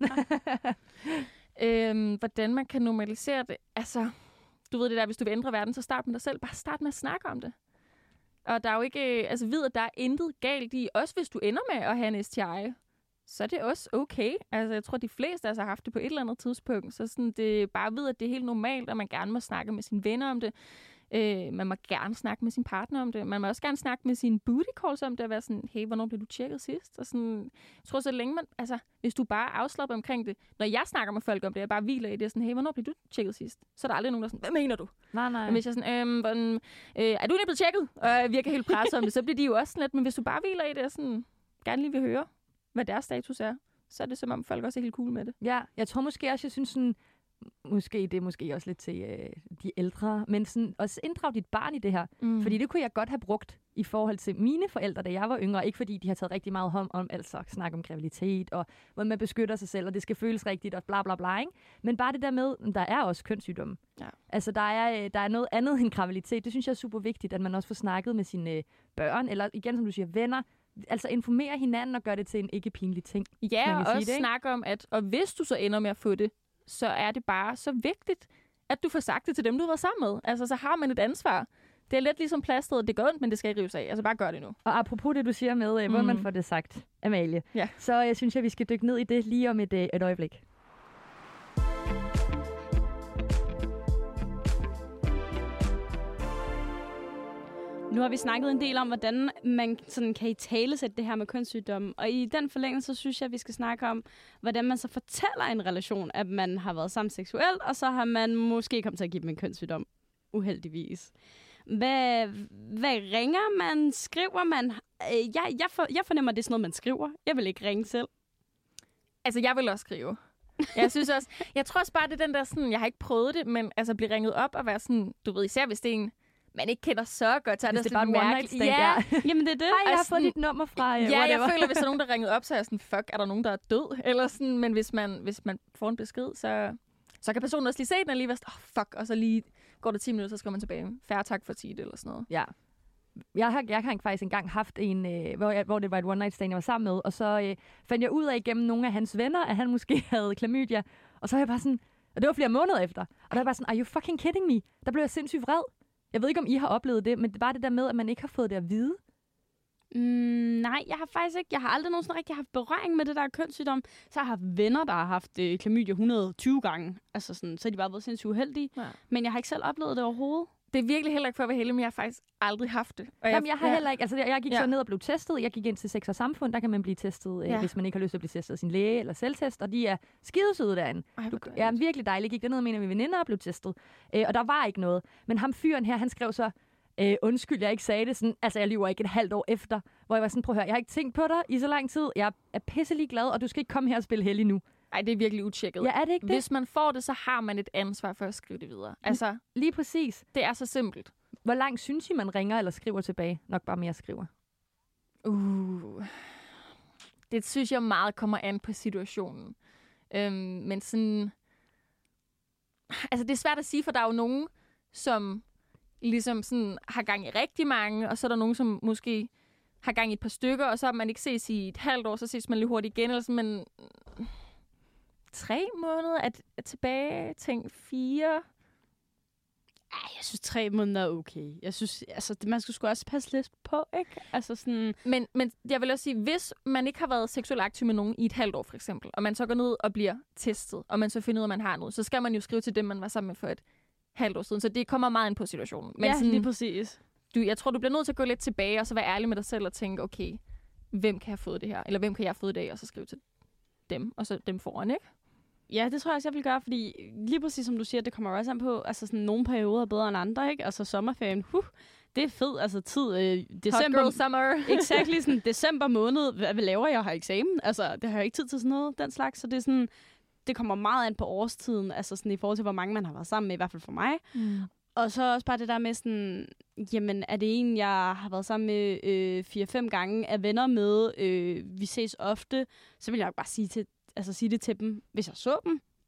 S3: Øhm, hvordan man kan normalisere det. Altså, du ved det der, hvis du vil ændre verden, så start med dig selv. Bare start med at snakke om det. Og der er jo ikke, altså vid, at der er intet galt i, også hvis du ender med at have en S T I. så er det også okay. Altså, jeg tror, de fleste altså, har haft det på et eller andet tidspunkt. Så sådan, det bare ved, at det er helt normalt, og man gerne må snakke med sine venner om det. Øh, man må gerne snakke med sin partner om det. Man må også gerne snakke med sine booty calls om det, og være sådan, hey, hvornår blev du tjekket sidst? Og sådan, jeg tror, så længe man, altså, hvis du bare afslapper omkring det, når jeg snakker med folk om det, jeg bare hviler i det, sådan, hey, hvornår blev du tjekket sidst? Så er der aldrig nogen, der er sådan, hvad mener du?
S1: Nej, nej.
S3: Men hvis jeg sådan, øhm, hvordan, øh, er du ikke blevet tjekket? Og jeg virker helt presset om det, så bliver de jo også sådan lidt, men hvis du bare hviler i det, og sådan, gerne lige vil høre, hvad deres status er, så er det som om folk også er helt cool med det.
S1: Ja, jeg tror måske også, jeg synes sådan, måske det er måske også lidt til øh, de ældre, men sådan også inddrag dit barn i det her. Mm. Fordi det kunne jeg godt have brugt i forhold til mine forældre, da jeg var yngre. Ikke fordi de har taget rigtig meget hånd om, altså snak om graviditet, og hvordan man beskytter sig selv, og det skal føles rigtigt, og bla bla bla, ikke? Men bare det der med, der er også kønssygdomme. Ja. Altså, der er, der er noget andet end graviditet. Det synes jeg er super vigtigt, at man også får snakket med sine børn, eller igen, som du siger, venner. Altså informere hinanden og gøre det til en ikke pinlig ting.
S3: Ja, og også snakke om, at og hvis du så ender med at få det, så er det bare så vigtigt, at du får sagt det til dem, du var sammen med. Altså, så har man et ansvar. Det er lidt ligesom plasteret. Det gør ondt, men det skal ikke rives af. Altså, bare gør det nu.
S1: Og apropos det, du siger med, øh, hvordan mm. man får det sagt, Amalie, ja. så jeg synes jeg, vi skal dykke ned i det lige om et, øh, et øjeblik.
S2: Nu har vi snakket en del om, hvordan man sådan kan italesætte det her med kønssygdomme. Og i den forlængelse, så synes jeg, at vi skal snakke om, hvordan man så fortæller en relation, at man har været sammen seksuelt, og så har man måske kommet til at give dem en kønssygdom. Uheldigvis. Hvad, hvad ringer man? Skriver man? Jeg, jeg, for, jeg fornemmer, at det er sådan noget, man skriver. Jeg vil ikke ringe selv.
S3: Altså, jeg vil også skrive. Jeg synes også, jeg tror også bare, det er den der sådan, jeg har ikke prøvet det, men altså blive ringet op og være sådan, du ved, især hvis det er en, man ikke kender så godt, så er det,
S1: det bare
S3: sådan
S1: mærkeligt.
S3: Ja.
S2: Jamen det er det.
S1: Hej, jeg har fået dit nummer fra... Uh,
S3: ja,
S1: whatever.
S3: jeg føler, hvis der er nogen, der ringet op, så er jeg sådan, fuck, er der nogen, der er død? Eller sådan, men hvis man, hvis man får en besked, så, så kan personen også lige se den og lige være sådan, åh, oh, fuck, og så lige går der ti minutter, så skal man tilbage. Færre tak for tid eller sådan noget.
S1: Ja. Jeg har, jeg har faktisk engang haft en, øh, hvor, jeg, hvor det var et one night stand, jeg var sammen med, og så øh, fandt jeg ud af gennem nogle af hans venner, at han måske havde klamydia, og så var jeg bare sådan, og det var flere måneder efter, og der var jeg bare sådan, are you fucking kidding me? Der blev jeg sindssygt vred. Jeg ved ikke, om I har oplevet det, men det er bare det der med, at man ikke har fået det at vide.
S2: Mm, nej, jeg har faktisk ikke. Jeg har aldrig nogensinde rigtig haft berøring med det der kønssygdom. Så jeg har haft venner, der har haft øh, klamydia et hundrede og tyve gange. Altså sådan, så har de bare været sindssygt uheldige. Ja. Men jeg har ikke selv oplevet det overhovedet.
S3: Det er virkelig heller ikke for at være heldig, men jeg har faktisk aldrig haft det.
S1: Og Jamen, jeg har ja. heller ikke. Altså, jeg gik ja. så ned og blev testet. Jeg gik ind til Sex og Samfund. Der kan man blive testet, ja. øh, hvis man ikke har lyst til at blive testet af sin læge eller selvtest. Og de er skidesøde derinde. Ej, du, jeg er virkelig dejlig. Jeg gik derned med en af mine veninder og blev testet. Øh, og der var ikke noget. Men ham fyren her, han skrev så, øh, undskyld, jeg ikke sagde det. Sådan, altså, jeg lyver ikke et halvt år efter. Hvor jeg var sådan, prøv at høre, jeg har ikke tænkt på dig i så lang tid. Jeg er pisselig glad, og du skal ikke komme her og spille heldig nu.
S3: Ej, det er virkelig utjekket.
S1: Ja, er det ikke det?
S3: Hvis man får det, så har man et ansvar for at skrive det videre. Altså,
S1: lige præcis.
S3: Det er så simpelt.
S1: Hvor langt synes I, man ringer eller skriver tilbage? Nok bare mere skriver.
S3: Uh, det synes jeg meget kommer an på situationen. Øhm, men sådan... Altså, det er svært at sige, for der er jo nogen, som ligesom sådan har gang i rigtig mange, og så er der nogen, som måske har gang i et par stykker, og så har man ikke ses i et halvt år, så ses man lige hurtigt igen, eller sådan, men... Tre måneder at, at tilbage, tænk fire...
S2: Ej, jeg synes, tre måneder er okay. Jeg synes, altså, man skulle sgu også passe lidt på, ikke? Altså sådan...
S3: Men, men jeg vil også sige, hvis man ikke har været seksuelt aktiv med nogen i et halvt år, for eksempel, og man så går ned og bliver testet, og man så finder ud af, at man har noget, så skal man jo skrive til dem, man var sammen med for et halvt år siden. Så det kommer meget ind på situationen. Men
S2: ja,
S3: sådan,
S2: lige præcis.
S3: Du, jeg tror, du bliver nødt til at gå lidt tilbage, og så være ærlig med dig selv og tænke, okay, hvem kan have fået det her? Eller hvem kan jeg have fået i dag? Og så skrive til dem, og så dem foran, ikke?
S2: Ja, det tror jeg også, jeg vil gøre, fordi lige præcis som du siger, det kommer også an på, altså sådan nogle perioder er bedre end andre, ikke? Altså sommerferien, huh, det er fedt, altså tid, øh, december.
S3: Hot girl summer.
S2: Exakt, sådan december måned, hvad, hvad laver jeg? Jeg har eksamen, altså det har jeg ikke tid til sådan noget, den slags, så det er sådan, det kommer meget an på årstiden, altså sådan i forhold til, hvor mange man har været sammen med, i hvert fald for mig. Mm. Og så også bare det der med sådan, jamen er det en, jeg har været sammen med øh, fire-fem gange, er venner med, øh, vi ses ofte, så vil jeg jo bare sige til altså sige det til dem, hvis jeg så dem.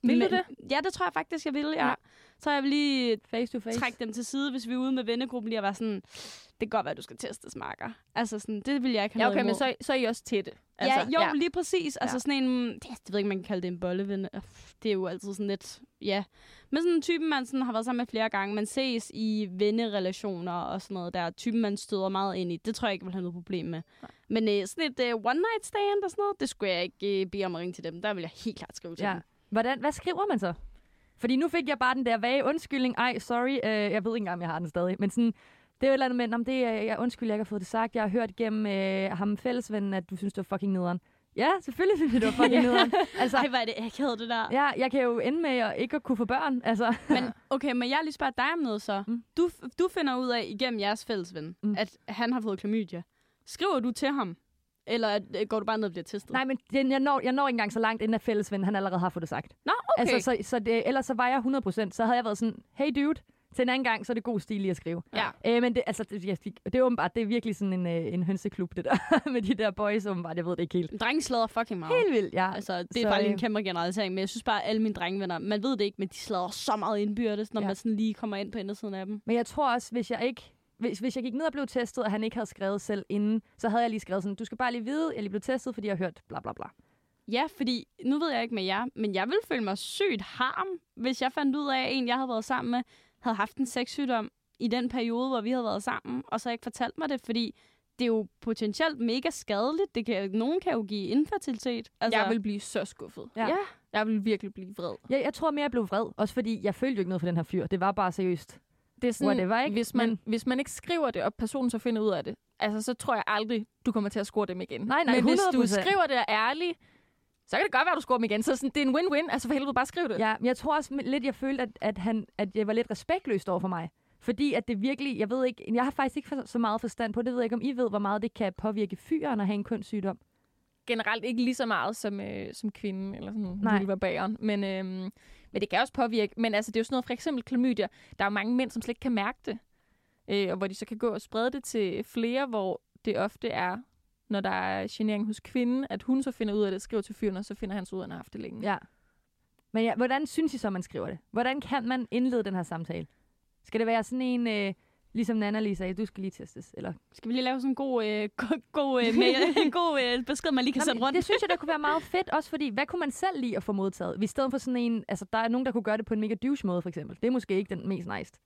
S3: Vil
S2: Men,
S3: du det?
S2: Ja, det tror jeg faktisk, jeg vil, ja.
S3: Ja.
S2: Så jeg vil lige
S1: Face to face.
S2: trække dem til side, hvis vi er ude med vennegruppen, lige at være sådan, det kan godt være, at du skal testes, Marker. Altså sådan, det vil jeg ikke have
S3: Ja,
S2: noget
S3: okay, men
S2: imod.
S3: så, så er I også tætte.
S2: Altså, ja, jo, ja. lige præcis. Altså
S3: Ja.
S2: sådan en, det, jeg ved ikke, man kan kalde det en bolleven. Det er jo altid sådan lidt, ja. Men sådan en typen, man sådan har været sammen med flere gange. Man ses i vennerelationer og sådan noget der. Typen, man støder meget ind i. Det tror jeg ikke, jeg vil have noget problem med. Nej. Men øh, sådan et uh, one night stand og sådan noget, det skulle jeg ikke uh, bede om at ringe til dem. Der vil jeg helt klart skrive til
S1: Ja.
S2: dem.
S1: Hvordan, hvad skriver man så? Fordi nu fik jeg bare den der vage undskyldning. Ej, sorry, øh, jeg ved ikke engang, om jeg har den stadig. Men sådan, det er jo et eller andet med, om det er, jeg undskyld, jeg ikke har fået det sagt. Jeg har hørt gennem øh, ham fællesvennen, at du synes, det var fucking nederen. Ja, selvfølgelig synes jeg, det var fucking nederen. Altså,
S2: Ej, hvor er det akavet, det der.
S1: ja, jeg kan jo ende med at ikke at kunne få børn. Altså.
S2: Men okay, men jeg lige spørge dig om noget så.
S1: Mm.
S2: Du, du finder ud af igennem jeres fællesven,
S1: Mm.
S2: at han har fået klamydia. Skriver du til ham? Eller at, øh, går du bare ned og bliver testet?
S1: Nej, men den, jeg, når, jeg når ikke engang så langt, inden at fællesvennen, han allerede har fået det sagt.
S2: Nå, okay.
S1: Altså, så, så det, ellers så var jeg hundrede procent, så havde jeg været sådan, hey dude, til en anden gang, så er det god stil lige at skrive.
S3: Ja.
S1: Øh, men det, altså, det, jeg, det er åbenbart, det er virkelig sådan en, øh, en hønseklub, det der, med de der boys, åbenbart, jeg ved det ikke helt.
S2: Drenge slader fucking meget.
S1: Helt vildt, ja.
S2: Altså, det
S1: Så,
S2: er faktisk
S1: øh,
S2: en kæmpe generalisering, men jeg synes bare, at alle mine drengevenner, man ved det ikke, men de slader så meget indbyrdes, når
S1: Ja.
S2: man sådan lige kommer ind på indersiden af dem.
S1: Men jeg tror også, hvis jeg ikke hvis, hvis jeg gik ned og blev testet, og han ikke havde skrevet selv inden, så havde jeg lige skrevet sådan, du skal bare lige vide, jeg er lige blevet testet, fordi jeg har hørt bla bla bla.
S2: Ja, fordi nu ved jeg ikke med jer, men jeg ville føle mig sygt harm, hvis jeg fandt ud af, at en, jeg havde været sammen med, havde haft en sexsygdom i den periode, hvor vi havde været sammen, og så ikke fortalt mig det, fordi det er jo potentielt mega skadeligt. Det kan, nogen kan jo give infertilitet.
S3: Altså, jeg vil blive så skuffet.
S1: Ja.
S2: Ja.
S3: Jeg vil virkelig blive vred.
S1: Jeg, jeg tror mere, jeg blev vred, også fordi jeg følte jo ikke noget for den her fyr. Det var bare seriøst.
S3: Det er sådan,
S1: Whatever, ikke?
S3: Hvis, man,
S1: Men-
S3: hvis man ikke skriver det, og personen så finder ud af det, altså, så tror jeg aldrig, du kommer til at score dem igen.
S1: Nej, nej,
S3: Men hvis
S1: hundrede
S3: du
S1: procent.
S3: skriver det og er ærlig, så kan det godt være, at du scorer dem igen. Så sådan, det er en win-win. Altså for helvede, bare skriv det.
S1: Ja, men jeg tror også lidt, jeg følte, at, at, han, at jeg var lidt respektløst over for mig. Fordi at det virkelig, jeg ved ikke, jeg har faktisk ikke så meget forstand på det. Jeg ved ikke, om I ved, hvor meget det kan påvirke fyren at have en kønssygdom.
S3: Generelt ikke lige så meget som, øh, som kvinden, eller sådan
S1: Nej.
S3: vulvabæren. Men, øh, men det kan også påvirke. Men altså, det er jo sådan noget, for eksempel klamydia. Der er jo mange mænd, som slet ikke kan mærke det. Øh, og hvor de så kan gå og sprede det til flere, hvor det ofte er, når der er genering hos kvinden, at hun så finder ud af det, skriver til fyren, og så finder han så ud af, at han har haft det længe.
S1: Ja. Men ja, hvordan synes I så, man skriver det? Hvordan kan man indlede den her samtale? Skal det være sådan en, øh, ligesom Nana lige sagde, du skal lige testes? Eller?
S2: Skal vi lige lave sådan en god, øh, god, god, øh, mail, en god øh, besked, man lige kan
S1: Nå,
S2: sende
S1: men
S2: rundt?
S1: det synes jeg, der kunne være meget fedt, også fordi, hvad kunne man selv lide at få modtaget? I stedet for sådan en, altså der er nogen, der kunne gøre det på en mega douche måde, for eksempel. Det er måske ikke den mest nice.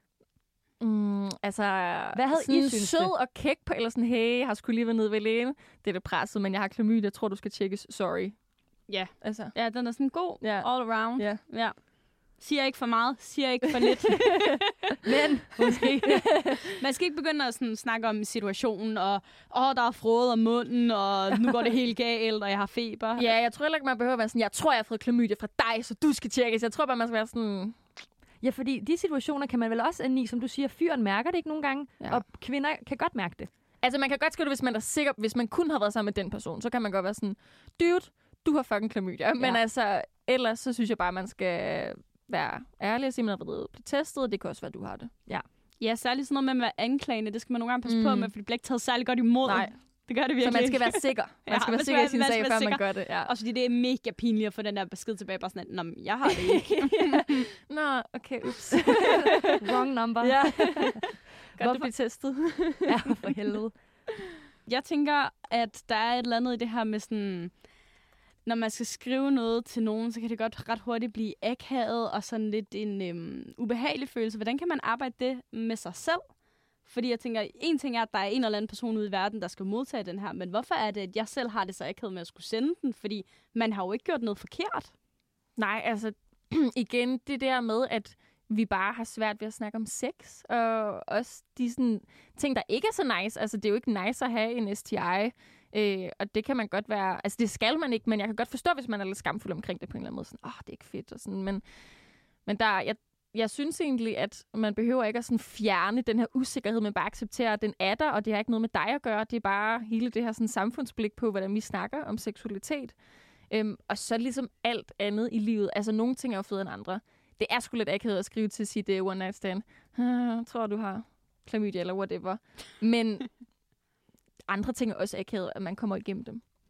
S3: Mm, altså,
S1: Hvad havde I
S3: sådan
S1: synes
S3: sød
S1: det?
S3: og kæk på, eller sådan, hey, jeg har skulle lige været nede ved lægen. Det er det presset, men jeg har klamydia, jeg tror, du skal tjekkes. Sorry.
S2: Ja.
S3: Altså,
S2: Ja, den er sådan god
S3: Ja.
S2: all around.
S3: ja.
S2: Ja. Siger ikke for meget, siger ikke for lidt.
S1: Men måske.
S2: Man skal ikke begynde at sådan, snakke om situationen, og åh, der er frode om munden, og nu går det helt galt, og jeg har feber.
S3: Ja, jeg tror heller ikke, man behøver at være sådan, jeg tror, jeg har fået klamydia fra dig, så du skal tjekkes. Jeg tror bare, man skal være sådan...
S1: Ja, fordi de situationer kan man vel også ende i, som du siger, fyren mærker det ikke nogle gange,
S3: Ja.
S1: ja. og kvinder kan godt mærke det.
S3: Altså, man kan godt skrive det, hvis man er sikker, hvis man kun har været sammen med den person, så kan man godt være sådan, dude, du har fucking klamydia. Men
S1: Ja.
S3: altså, ellers så synes jeg bare, man skal være ærlig og sige, at man har været blevet testet. Det kan også være, du har det.
S2: Ja, særligt sådan noget med at være anklagende, det skal man nogle gange passe mm. på
S3: Mm.
S2: med, for det bliver ikke taget særlig godt imod.
S3: Nej.
S2: Det gør det
S3: Så
S2: virkelig
S3: man skal
S2: ikke.
S3: være sikker. Man
S2: Ja,
S3: skal
S2: man
S3: være
S2: skal
S3: sikker i
S2: være-
S3: sin
S2: man
S3: sag,
S2: skal
S3: før
S2: være
S3: man
S2: sikker.
S3: gør det. Ja.
S2: Også fordi det er mega pinligt at få den der besked tilbage, bare sådan, at, "Nå, men jeg har det ikke."
S3: Nå, okay, ups.
S1: Wrong number.
S3: ja. Godt,
S1: Hvorfor-
S3: du bliver testet.
S1: Ja, for helvede.
S2: Jeg tænker, at der er et eller andet i det her med sådan, når man skal skrive noget til nogen, så kan det godt ret hurtigt blive akavet og sådan lidt en øhm, ubehagelig følelse. Hvordan kan man arbejde det med sig selv? Fordi jeg tænker, en ting er, at der er en eller anden person ude i verden, der skal modtage den her, men hvorfor er det, at jeg selv har det så akavet med at skulle sende den? Fordi man har jo ikke gjort noget forkert.
S3: Nej, altså igen, det der med, at vi bare har svært ved at snakke om sex, og også de sådan, ting, der ikke er så nice. Altså, det er jo ikke nice at have en S T I, øh, og det kan man godt være... Altså, det skal man ikke, men jeg kan godt forstå, hvis man er lidt skamfuld omkring det på en eller anden måde. Sådan, åh, oh, det er ikke fedt, og sådan. Men, men der, jeg, jeg synes egentlig, at man behøver ikke at sådan fjerne den her usikkerhed, men bare acceptere, at den er der, og det har ikke noget med dig at gøre. Det er bare hele det her sådan, samfundsblik på, hvordan vi snakker om seksualitet. Øhm, og så ligesom alt andet i livet. Altså, nogle ting er jo federe end andre. Det er sgu lidt akavet at skrive til sit uh, one night stand. Jeg tror, du har klamydia eller whatever. Men andre ting er også akavet, at man kommer igennem dem.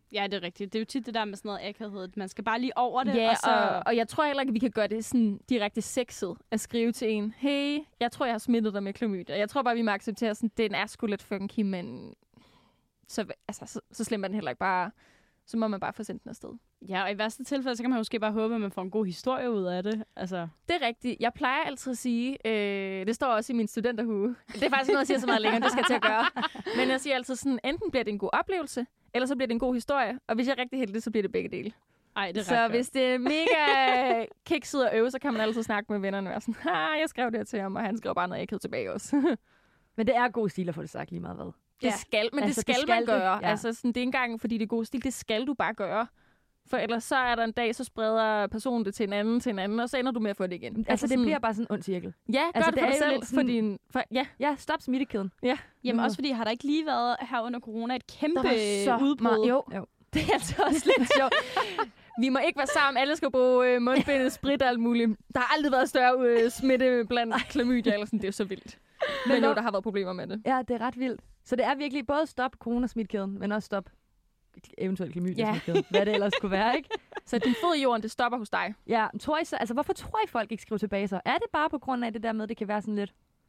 S2: Ja, det er rigtigt. Det er jo tit det der med sådan noget akavhed. Man skal bare lige over det.
S3: Ja,
S2: og, så...
S3: og, og jeg tror heller ikke, at vi kan gøre det sådan direkte sexet at skrive til en, hey, jeg tror, jeg har smittet dig med klamydia. Jeg tror bare, vi må acceptere, sådan, den er sgu lidt funky, men så, altså, så, så slemt er den heller ikke bare. Så må man bare få sendt den afsted.
S2: Ja, og i værste tilfælde, så kan man måske bare håbe, at man får en god historie ud af det. Altså.
S3: Det er rigtigt. Jeg plejer altid at sige, øh, det står også i min studenterhue. Det er faktisk noget, jeg siger så meget længere, det skal jeg til at gøre. Men jeg siger altid sådan, enten bliver det en god oplevelse, eller så bliver det en god historie. Og hvis jeg er rigtig heldig, så bliver det begge dele.
S2: Ej, det er
S3: så hvis det er mega kikset og øve, så kan man altid snakke med vennerne og være sådan, ah, jeg skrev det her til ham, og han skrev bare noget æghed tilbage også.
S1: Men det er god stil at få det sagt lige meget hvad.
S3: Det skal, men
S1: altså,
S3: det, skal
S1: det skal
S3: man gøre.
S1: det, ja.
S3: Altså, sådan, det er ikke engang, fordi det er god stil. Det skal du bare gøre. For ellers så er der en dag, så spreder personen det til en anden, til en anden, og så ender du med at få det igen.
S1: Altså, altså det sådan, bliver bare sådan en ond cirkel.
S3: Ja, gør
S1: altså,
S3: det, det for dig selv.
S1: Sådan,
S3: for din, for, ja.
S1: ja, stop smittekæden.
S3: Ja.
S2: Jamen også fordi, har der ikke lige været her under corona et kæmpe udbrud?
S3: Meget, jo. jo, det er altså også lidt sjovt. Vi må ikke være sammen. Alle skal bruge øh, mundbind, sprit og alt muligt. Der har aldrig været større øh, smitte blandt klamydia eller sådan. Det er så vildt. Men, men jo, der har været problemer med det.
S1: Ja, det er ret vildt. Så det er virkelig både stop coronasmittekæden, men også stop eventuelt klamydia-smittekæden. Ja. Hvad det ellers kunne være, ikke?
S3: Så din fod i jorden, det stopper hos dig.
S1: Ja, tror I så, altså hvorfor tror I folk ikke skriver tilbage så? Er det bare på grund af det der med, det kan være sådan lidt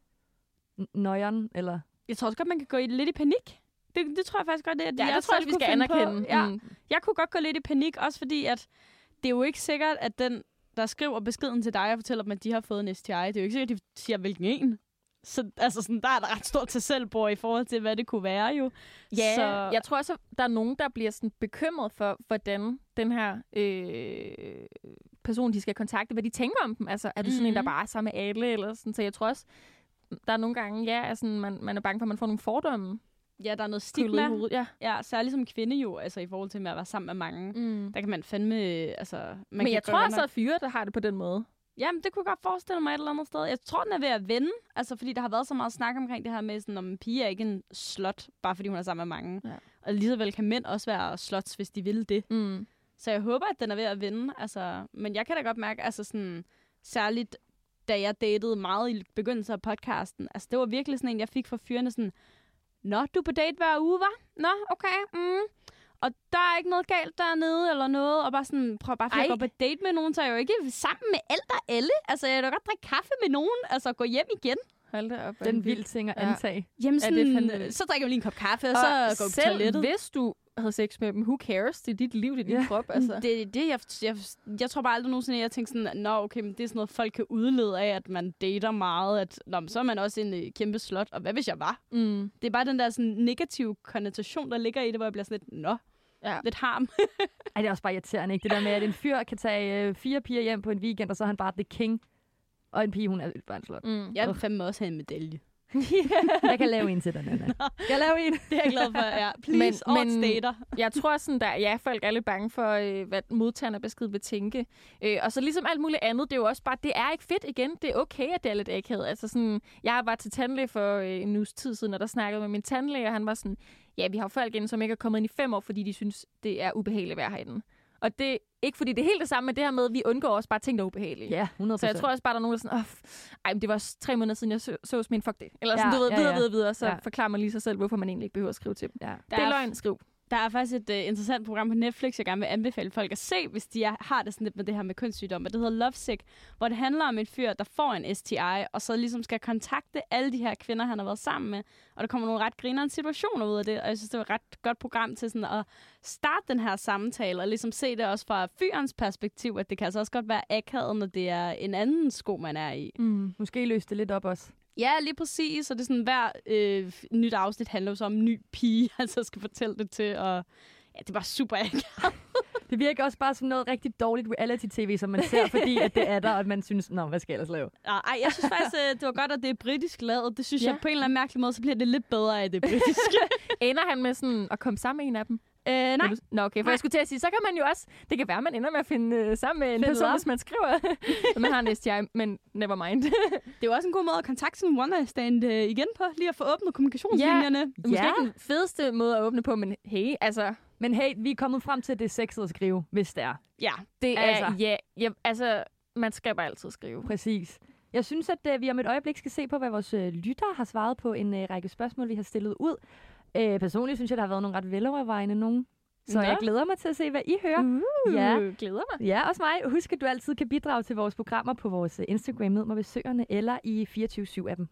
S1: nøjeren, eller?
S2: Jeg tror også godt, man kan gå i, lidt i panik. Det, det tror jeg faktisk godt, det er, at
S3: ja,
S2: jeg
S3: det tror jeg, vi skal anerkende.
S2: På. Ja. Mm. Jeg kunne godt gå lidt i panik, også fordi, at det er jo ikke sikkert, at den, der skriver beskeden til dig og fortæller dem, at de har fået en S T I, det er jo ikke sikkert, at de siger, hvilken en. Så altså, sådan, der er der ret stort til selvbord i forhold til, hvad det kunne være jo.
S3: Ja,
S2: så...
S3: jeg tror også, at der er nogen, der bliver sådan bekymret for, hvordan den her øh, person, de skal kontakte, hvad de tænker om dem. Altså, er du sådan mm-hmm. en, der bare er sammen med alle? Eller sådan? Så jeg tror også, der er nogle gange, ja, altså, man, man er bange for, at man får nogle fordomme.
S2: Ja, der er noget stigma.
S3: Ja.
S2: ja, særligt som kvinde jo, altså i forhold til med at være sammen med mange. Mm. Der kan man fandme, altså... Man
S3: Men
S2: kan
S3: jeg tror også, at fyre, der har det på den måde.
S2: Jamen, det kunne jeg godt forestille mig et eller andet sted. Jeg tror, den er ved at vende, altså fordi der har været så meget snak omkring det her med, sådan, om en pige er ikke en slot, bare fordi hun er sammen med mange. Ja. Og lige så vel kan mænd også være slots, hvis de vil det. Mm. Så jeg håber, at den er ved at vende. Altså, men jeg kan da godt mærke, altså sådan, særligt da jeg datede meget i begyndelsen af podcasten, altså det var virkelig sådan en, jeg fik fra fyrene sådan, nå, du er på date hver uge, hva'? Nå, okay, mm. Og der er ikke noget galt dernede eller noget, og bare sådan, prøv bare at gå på date med nogen, så er jeg jo ikke sammen med alt og alle. Altså, jeg vil da godt drikke kaffe med nogen, altså gå hjem igen.
S3: Hold da op.
S1: Den vild ting at antage.
S2: Ja. Jamen sådan, det så drikker vi lige en kop kaffe, og, og så går vi på toilettet.
S3: Hvis du havde sex med dem, who cares? Det er dit liv, det er din yeah. krop. Altså.
S2: Det er det, jeg, jeg, jeg tror bare aldrig nogensinde, jeg tænker sådan, nå okay, men det er sådan noget, folk kan udlede af, at man dater meget, at nå, så er man også en uh, kæmpe slot, og hvad hvis jeg var? Mm. Det er bare den der sådan negative konnotation, der ligger i det, hvor jeg bliver sådan lidt, nå. Ja. Lidt harm.
S1: Ej, det er også bare irriterende, ikke? Det der med, at en fyr kan tage øh, fire piger hjem på en weekend, og så er han bare the king. Og en pige, hun er bare en slot.
S2: Mm. Jeg vil fandme også have en medalje.
S1: Jeg kan lave en til dig, Nana. Jeg lave en.
S2: Det er jeg glad for, ja. Please, men, men dater.
S3: Jeg tror sådan, der ja, folk er lidt bange for, øh, hvad modtagerne besked vil tænke. Øh, og så ligesom alt muligt andet, det er jo også bare, det er ikke fedt igen. Det er okay, at det er lidt akavet. Altså sådan, jeg var til tandlæge for øh, en uges tid siden, og der snakkede med min tandlæge, og han var sådan, ja, vi har folk inde, som ikke er kommet ind i fem år, fordi de synes, det er ubehageligt at være herinde. Og det er ikke, fordi det er helt det samme med det her med, at vi undgår også bare ting, der er ubehagelige.
S1: Ja, hundrede procent.
S3: Så jeg tror også bare, der er nogen, der er sådan, åh, ej, men det var også tre måneder siden, jeg så, så min fuck det. Eller sådan,
S1: ja,
S3: du ved,
S1: ja,
S3: videre,
S1: ja.
S3: videre, videre, så
S1: ja.
S3: forklarer man lige sig selv, hvorfor man egentlig ikke behøver at skrive til dem. Ja. Det er løgn, skriv.
S2: Der er faktisk et uh, interessant program på Netflix, jeg gerne vil anbefale folk at se, hvis de er, har det sådan lidt med det her med kønssygdomme. Det hedder Lovesick, hvor det handler om en fyr, der får en S T I, og så ligesom skal kontakte alle de her kvinder, han har været sammen med. Og der kommer nogle ret grinerende situationer ud af det, og jeg synes, det var et ret godt program til sådan at starte den her samtale, og ligesom se det også fra fyrens perspektiv, at det kan altså også godt være akavet, når det er en anden sko, man er i.
S1: Mm, måske løse det lidt op også.
S2: Ja, lige præcis. Så det er sådan, hver øh, nyt afsnit handler jo så om en ny pige, han så skal fortælle det til, og ja, det var super akavet.
S1: Det virker også bare som noget rigtig dårligt reality-tv, som man ser, fordi at det er der, og man synes, nå, hvad skal jeg ellers lave?
S2: Ej, jeg synes faktisk, det var godt, at det er britisk lavet. Det synes ja. jeg på en eller anden mærkelig måde, så bliver det lidt bedre af det britiske.
S3: Ender han med sådan at komme sammen med en af dem?
S2: Øh, nej.
S3: Nå, okay, for nej. Jeg skulle til at sige, så kan man jo også, det kan være, man ender med at finde uh, sammen med en
S2: Find
S3: person, hvis man skriver, at man har en S T I, men never mind.
S2: Det er jo også en god måde at kontakte sin one-night-stand uh, igen på, lige at få åbnet kommunikationslinjerne.
S3: Ja. Måske
S1: ja.
S3: ikke den fedeste måde at åbne på, men hey, altså...
S1: Men hey, vi er kommet frem til, at det er sexet at skrive, hvis det er.
S3: Ja, det er, altså, ja, ja, altså, man skal bare altid skrive.
S1: Præcis. Jeg synes, at uh, vi om et øjeblik skal se på, hvad vores uh, lyttere har svaret på en uh, række spørgsmål, vi har stillet ud. Uh, personligt synes jeg, der har været nogle ret velovervejende nogen. Så
S2: Nå.
S1: jeg glæder mig til at se, hvad I hører.
S3: Uh,
S1: Ja.
S3: Glæder mig.
S1: Ja, også mig. Husk, at du altid kan bidrage til vores programmer på vores Instagram, Mød mig ved Søerne, eller i fireogtyve syv-appen.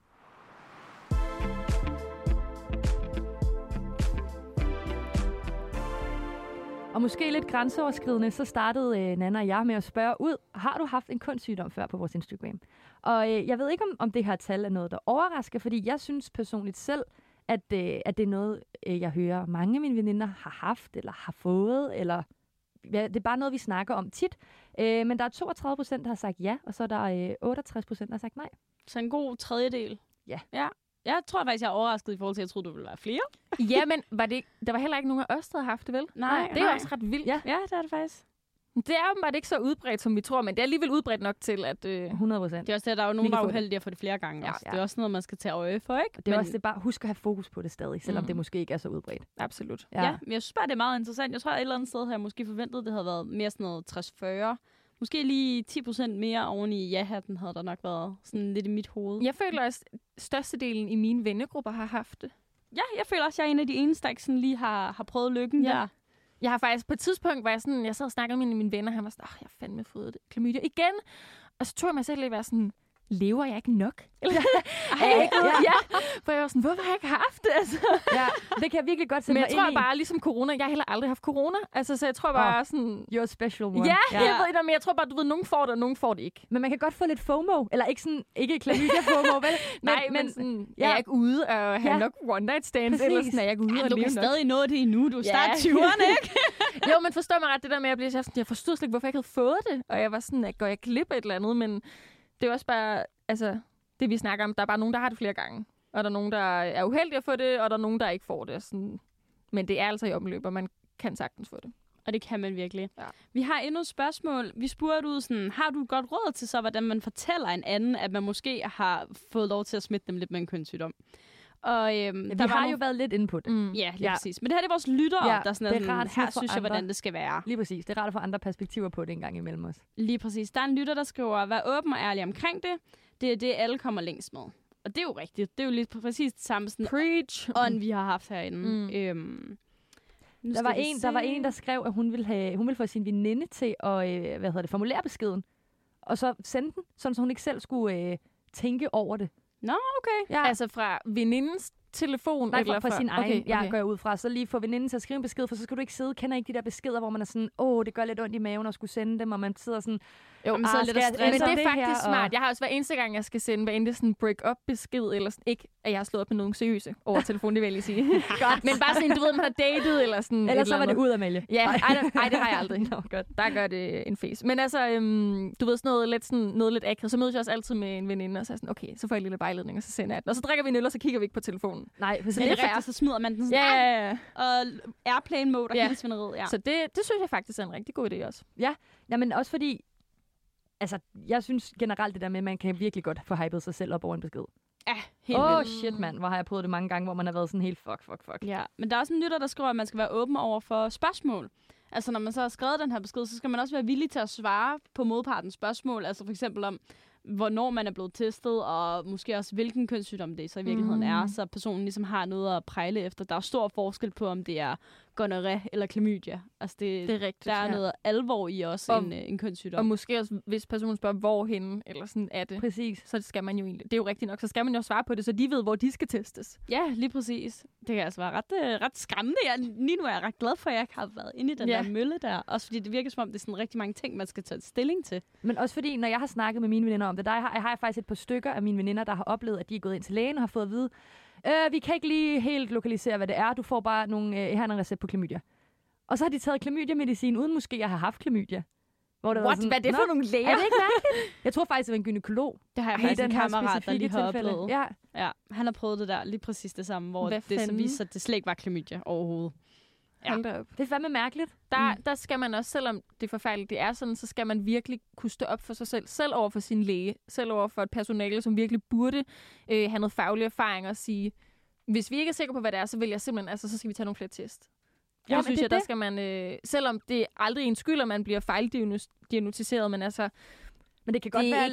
S1: Og måske lidt grænseoverskridende, så startede øh, Nanna og jeg med at spørge ud, har du haft en kønssygdom før på vores Instagram? Og øh, jeg ved ikke, om, om det her tal er noget, der overrasker, fordi jeg synes personligt selv, at, øh, at det er noget, øh, jeg hører mange af mine veninder har haft, eller har fået, eller ja, det er bare noget, vi snakker om tit. Øh, men der er toogtredive procent, der har sagt ja, og så er der øh, otteogtres procent, der har sagt nej.
S2: Så en god tredjedel.
S1: Ja.
S2: Ja. Jeg tror faktisk, jeg er overrasket i forhold til, at jeg troede, du ville være flere.
S3: Ja, men var det ikke, der var heller ikke nogen af os, der havde haft det, vel?
S2: Nej,
S3: Det er
S2: nej.
S3: også ret vildt.
S1: Ja.
S2: Ja, det er det faktisk.
S3: Det er åbenbart ikke så udbredt, som vi tror, men det er alligevel udbredt nok til, at... Øh...
S1: hundrede procent.
S2: Det er også det, at der er jo
S1: Vi
S2: nogen,
S1: kan
S2: der er
S1: få det.
S2: uheldige at få det flere gange
S3: Ja,
S2: også.
S1: ja.
S2: Det er også noget, man skal tage øje for, ikke?
S1: Det er men... også det bare, husk at have fokus på det stadig, selvom
S3: Mm.
S1: det måske ikke er så udbredt.
S3: Absolut.
S2: Ja. ja, men jeg synes bare, det er meget interessant. Jeg tror, at et eller andet sted har jeg måske forventet, det havde været mere sådan noget tres fyrre. Måske lige ti procent mere oven i ja-hatten havde der nok været sådan lidt i mit hoved.
S3: Jeg føler også, at størstedelen i mine vennegrupper har haft det.
S2: Ja, jeg føler også, at jeg er en af de eneste, der ikke sådan lige har, har prøvet lykken
S3: Ja.
S2: der.
S3: Jeg har faktisk på et tidspunkt, hvor jeg, sådan, jeg sad og snakkede med mine, mine venner, og han var sådan, åh, jeg har fandme fået det. Klamydia igen. Og så tog jeg mig selv lidt at være sådan, lever jeg ikke nok? Eller, er jeg ikke,
S1: Ja.
S3: ja. For jeg var sådan, hvorfor har jeg ikke haft det? Altså.
S1: Ja, det kan jeg virkelig godt sætte
S3: Men
S1: mig
S3: jeg tror
S1: ind i.
S3: bare, ligesom corona, jeg har heller aldrig haft corona. Altså, så jeg tror bare oh. sådan...
S1: You're a special one.
S3: Ja,
S1: ja.
S3: jeg ved ikke, men jeg tror bare, du ved, nogen får det, og nogen får det ikke.
S1: Men man kan godt få lidt FOMO. Eller ikke sådan, ikke klamydia-FOMO, vel?
S3: Men, Nej, men, men sådan,
S1: ja.
S3: er jeg ikke ude og have
S1: Ja.
S3: nok one-night stands,
S1: Præcis.
S3: eller sådan, er jeg ikke ude
S2: Ja,
S3: og
S2: du
S3: leve
S2: kan
S3: nok?
S2: stadig nå det endnu. Du er
S3: Ja.
S2: snart tyverne, ikke?
S3: Jo, men forstår mig ret, det der med, at jeg, bliver, sådan, jeg forstod slet ikke, hvorfor jeg ikke havde fået det. Og jeg var sådan, at går jeg glip af et eller andet, men det er også bare, altså, det vi snakker om, der er bare nogen, der har det flere gange. Og der er nogen, der er uheldige at få det, og der er nogen, der ikke får det. Sådan. Men det er altså i omløb, og man kan sagtens få det.
S2: Og det kan man virkelig.
S3: Ja.
S2: Vi har endnu et spørgsmål. Vi spurgte ud sådan, har du et godt råd til så, hvordan man fortæller en anden, at man måske har fået lov til at smitte dem lidt med en kønssygdom? Og, øhm,
S1: Vi
S2: der
S1: har
S2: var
S1: jo
S2: nogle...
S1: været lidt inde på det.
S3: Mm.
S2: Ja, lige
S1: Ja.
S2: ja. præcis. Men det her det er vores lyttere,
S1: Ja,
S2: der sådan
S1: det er
S2: er sådan,
S1: rart
S2: her
S1: for
S2: synes jeg,
S1: andre.
S2: hvordan det skal være.
S1: Lige præcis. Det er rart at få andre perspektiver på det en gang imellem os.
S2: Lige præcis. Der er en lytter, der skriver, vær åben og ærlig omkring det. Det er det, alle kommer længst med. Og det er jo rigtigt. Det er jo lige præcis det samme sådan
S3: Preach.
S2: ånd, vi har haft herinde.
S3: Mm.
S2: Øhm, nu
S1: Der
S2: skal
S1: var,
S2: vi
S1: en,
S2: se.
S1: der var en, der skrev, at hun ville, have, hun ville få sin veninde til at øh, hvad hedder det, formulere beskeden. Og så sende den, sådan så hun ikke selv skulle øh, tænke over det.
S2: Nå, okay.
S1: Ja.
S3: Altså fra venindens telefon?
S1: Nej,
S3: eller
S1: fra, fra sin egen.
S3: Okay,
S1: Jeg
S3: okay.
S1: går jeg ud fra. Så lige få veninden til at skrive en besked, for så skal du ikke sidde, kender ikke de der beskeder, hvor man er sådan, åh, det gør lidt ondt i maven at skulle sende dem, og man sidder sådan,
S3: Jo,
S2: Jamen, så er
S1: ah,
S2: lidt
S1: skal
S2: at
S1: jeg-
S2: stresse.
S3: men
S1: så
S3: det er
S1: det
S3: faktisk
S1: her, og-
S3: smart. Jeg har også hver eneste gang, jeg skal sende, hvad end det er sådan en break-up-besked, eller sådan, ikke at jeg har slået op med nogen seriøse over telefonen, det vil jeg lige sige. Godt. Men bare sådan, du ved, man har datet, eller sådan.
S1: ellers
S3: et
S1: så var
S3: eller
S1: det ud af Amalie.
S3: Ja, ej, det- ej, det har jeg aldrig.
S1: Nå, godt.
S3: Der gør det en face. Men altså, øhm, du ved sådan noget lidt, sådan, noget lidt akavet. Så mødes jeg også altid med en veninde, og så er jeg sådan, okay, så får jeg en lille vejledning, og så sender jeg den. Og så drikker vi en øl, og så kigger vi ikke på telefonen.
S1: Nej, præcis.
S2: Så det er
S3: fair.
S2: rigtigt, så smider man den sådan,
S3: Ja,
S2: ja.
S3: ja, ja.
S2: og airplane mode og
S3: Ja.
S2: ja. hele svineriet. Ja.
S3: Så det, det synes jeg faktisk er en rigtig god idé også.
S1: Jamen også fordi, altså, jeg synes generelt det der med, at man kan virkelig godt få hypet sig selv op over en besked.
S2: ja, helt
S1: Åh,
S2: vildt.
S1: oh, shit, mand. Hvor har jeg prøvet det mange gange, hvor man har været sådan helt fuck, fuck, fuck.
S2: Ja, men der er også en lytter, der skriver, at man skal være åben over for spørgsmål. Altså, når man så har skrevet den her besked, så skal man også være villig til at svare på modpartens spørgsmål. Altså for eksempel om, hvornår man er blevet testet, og måske også, hvilken kønssygdom det så i virkeligheden
S1: Mm.
S2: er, så personen ligesom har noget at prejle efter. Der er stor forskel på, om det er gonorrhea eller klamydia. Altså, det,
S3: Det er rigtigt.
S2: der er
S3: ja.
S2: noget alvor i også
S3: Og-
S2: en, øh, en kønssygdom.
S3: Og måske også, hvis personen spørger, hvorhenne, eller sådan er det,
S1: Præcis.
S3: så skal man jo egentlig, det er jo rigtigt nok, så skal man jo svare på det, så de ved, hvor de skal testes.
S2: Ja, lige præcis. Det kan altså være ret, øh, ret skræmmende. Jeg, lige nu er jeg ret glad for, at jeg ikke har været inde i den
S3: Ja.
S2: der mølle der. Også fordi det virker som om, det er sådan rigtig mange ting, man skal tage stilling til.
S1: Men også fordi, når jeg har snakket med mine veninder om det, der har, jeg har jeg faktisk et par stykker af mine veninder, der har oplevet, at de er gået ind til lægen og har fået at vide, øh, vi kan ikke lige helt lokalisere, hvad det er. Du får bare nogle, øh, her er en recept på klamydia. Og så har de taget klamydia-medicin, uden måske at have haft klamydia. Hvor det var
S3: What?
S1: sådan,
S3: Hvad er det
S1: "Nå,
S3: for nogle læger?
S1: Er det ikke mærkeligt? Jeg tror faktisk, det var en gynekolog.
S2: Det har jeg
S1: i
S2: faktisk en
S1: den her
S2: kammerat, der
S1: specifikke
S2: lige har
S1: tilfælde.
S2: oplevet.
S1: Ja.
S2: Ja, han har prøvet det der, lige præcis det samme, hvor
S3: Hvad
S2: det så
S3: fanden?
S2: viste sig, at det slet ikke var klamydia overhovedet. Ja.
S3: Hold da op.
S1: Det er fandme mærkeligt.
S3: Der,
S2: Mm.
S3: der skal man også, selvom det er forfærdeligt, det er sådan, så skal man virkelig kunne stå op for sig selv. Selv over for sin læge. Selv over for et personale, som virkelig burde øh, have noget faglig erfaring og sige, hvis vi ikke er sikre på, hvad det er, så vil jeg simpelthen, altså så skal vi tage nogle flere test.
S1: Ja,
S3: Ja,
S1: men
S3: synes
S1: det er
S3: jeg, der
S1: det.
S3: skal man, øh, selvom det er aldrig en skyld, at man bliver fejldiagnostiseret, men altså,
S1: Men det kan godt
S3: Det er
S1: være
S3: ikke-
S1: lidt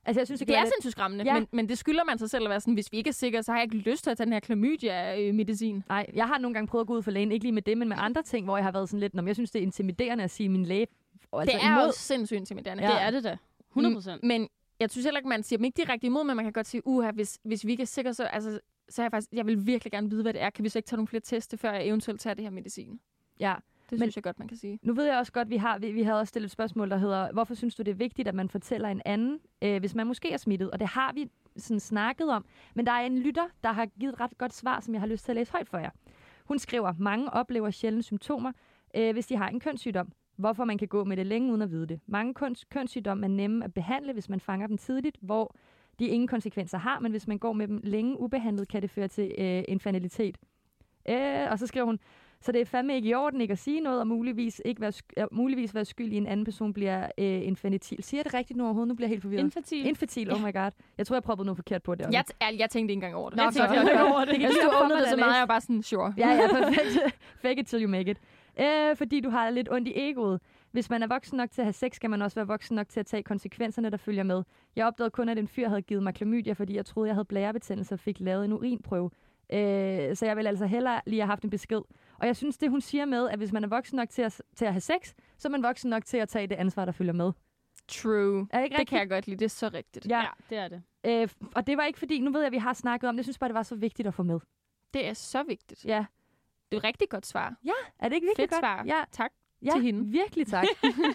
S1: Altså, jeg synes, det,
S3: Det er
S1: lidt...
S3: sindssygt skræmmende,
S1: Ja.
S3: men, men det skylder man sig selv at være sådan, hvis vi ikke er sikre, så har jeg ikke lyst til at tage den her klamydia-medicin.
S1: Nej, jeg har nogle gange prøvet at gå ud for lægen, ikke lige med det, men med andre ting, hvor jeg har været sådan lidt, når jeg synes, det er intimiderende at sige min læge. Altså,
S3: Det er
S1: imod...
S3: også sindssygt intimiderende.
S2: Ja. Det er det da. hundrede procent.
S3: Mm, Men jeg synes heller ikke, man siger dem ikke direkte imod, men man kan godt sige, uha, hvis, hvis vi ikke er sikre, så, altså, så er jeg faktisk, jeg vil virkelig gerne vide, hvad det er. Kan vi så ikke tage nogle flere teste, før jeg eventuelt tager det her medicin?
S1: Ja.
S3: Det
S1: Men-
S3: synes jeg godt, man kan sige.
S1: Nu ved jeg også godt, vi har vi, vi havde også stillet et spørgsmål, der hedder, hvorfor synes du, det er vigtigt, at man fortæller en anden, øh, hvis man måske er smittet? Og det har vi sådan snakket om. Men der er en lytter, der har givet et ret godt svar, som jeg har lyst til at læse højt for jer. Hun skriver, mange oplever sjældent symptomer, øh, hvis de har en kønssygdom. Hvorfor man kan gå med det længe uden at vide det. Mange køns- kønssygdomme er nemme at behandle, hvis man fanger dem tidligt, hvor de ingen konsekvenser har, men hvis man går med dem længe ubehandlet, kan det føre til øh, infertilitet. Øh, og så skriver hun, så det er fandme ikke i orden ikke at sige noget, og muligvis, ikke være, sk- øh, muligvis være skyld i, en anden person bliver øh, infertil. Siger jeg det rigtigt nu overhovedet? Nu bliver jeg helt forvirret.
S2: Infertil.
S1: Infertil, oh my god. Jeg tror, jeg proppede noget forkert på det.
S3: Jeg, t- ærligt, jeg tænkte ikke engang over det.
S1: Nå,
S3: jeg
S1: så-
S3: tænkte ikke over det.
S1: Det kan
S3: Jeg
S1: lige
S3: stod
S1: op for
S3: åbnet
S1: mig,
S3: det så
S1: da jeg
S3: meget,
S1: læste.
S3: jeg var bare sådan, sure.
S1: Ja, ja, perfekt. Fake it till you make it. Øh, fordi du har lidt ondt i egoet. Hvis man er voksen nok til at have sex, skal man også være voksen nok til at tage konsekvenserne, der følger med. Jeg opdagede kun, at en fyr havde givet mig klamydia, fordi jeg troede, jeg havde blærebetændelse og fik lavet en urinprøve. Øh, så jeg vil altså hellere lige have haft en besked. Og jeg synes, det hun siger med, at hvis man er voksen nok til at, til at have sex, så er man voksen nok til at tage det ansvar, der følger med.
S3: True.
S1: Er ikke
S3: Det
S1: rigtigt?
S3: kan jeg godt lide. Det er så rigtigt.
S1: Ja.
S2: Ja, det er det.
S1: Øh, og det var ikke fordi, nu ved jeg, at vi har snakket om det. Jeg synes bare, det var så vigtigt at få med.
S3: Det er så vigtigt.
S1: Ja.
S3: Det er et rigtig godt svar.
S1: Er det ikke virkelig
S3: Fedt
S1: godt?
S3: svar.
S1: Ja.
S3: Tak.
S1: Ja,
S3: til hende.
S1: virkelig tak.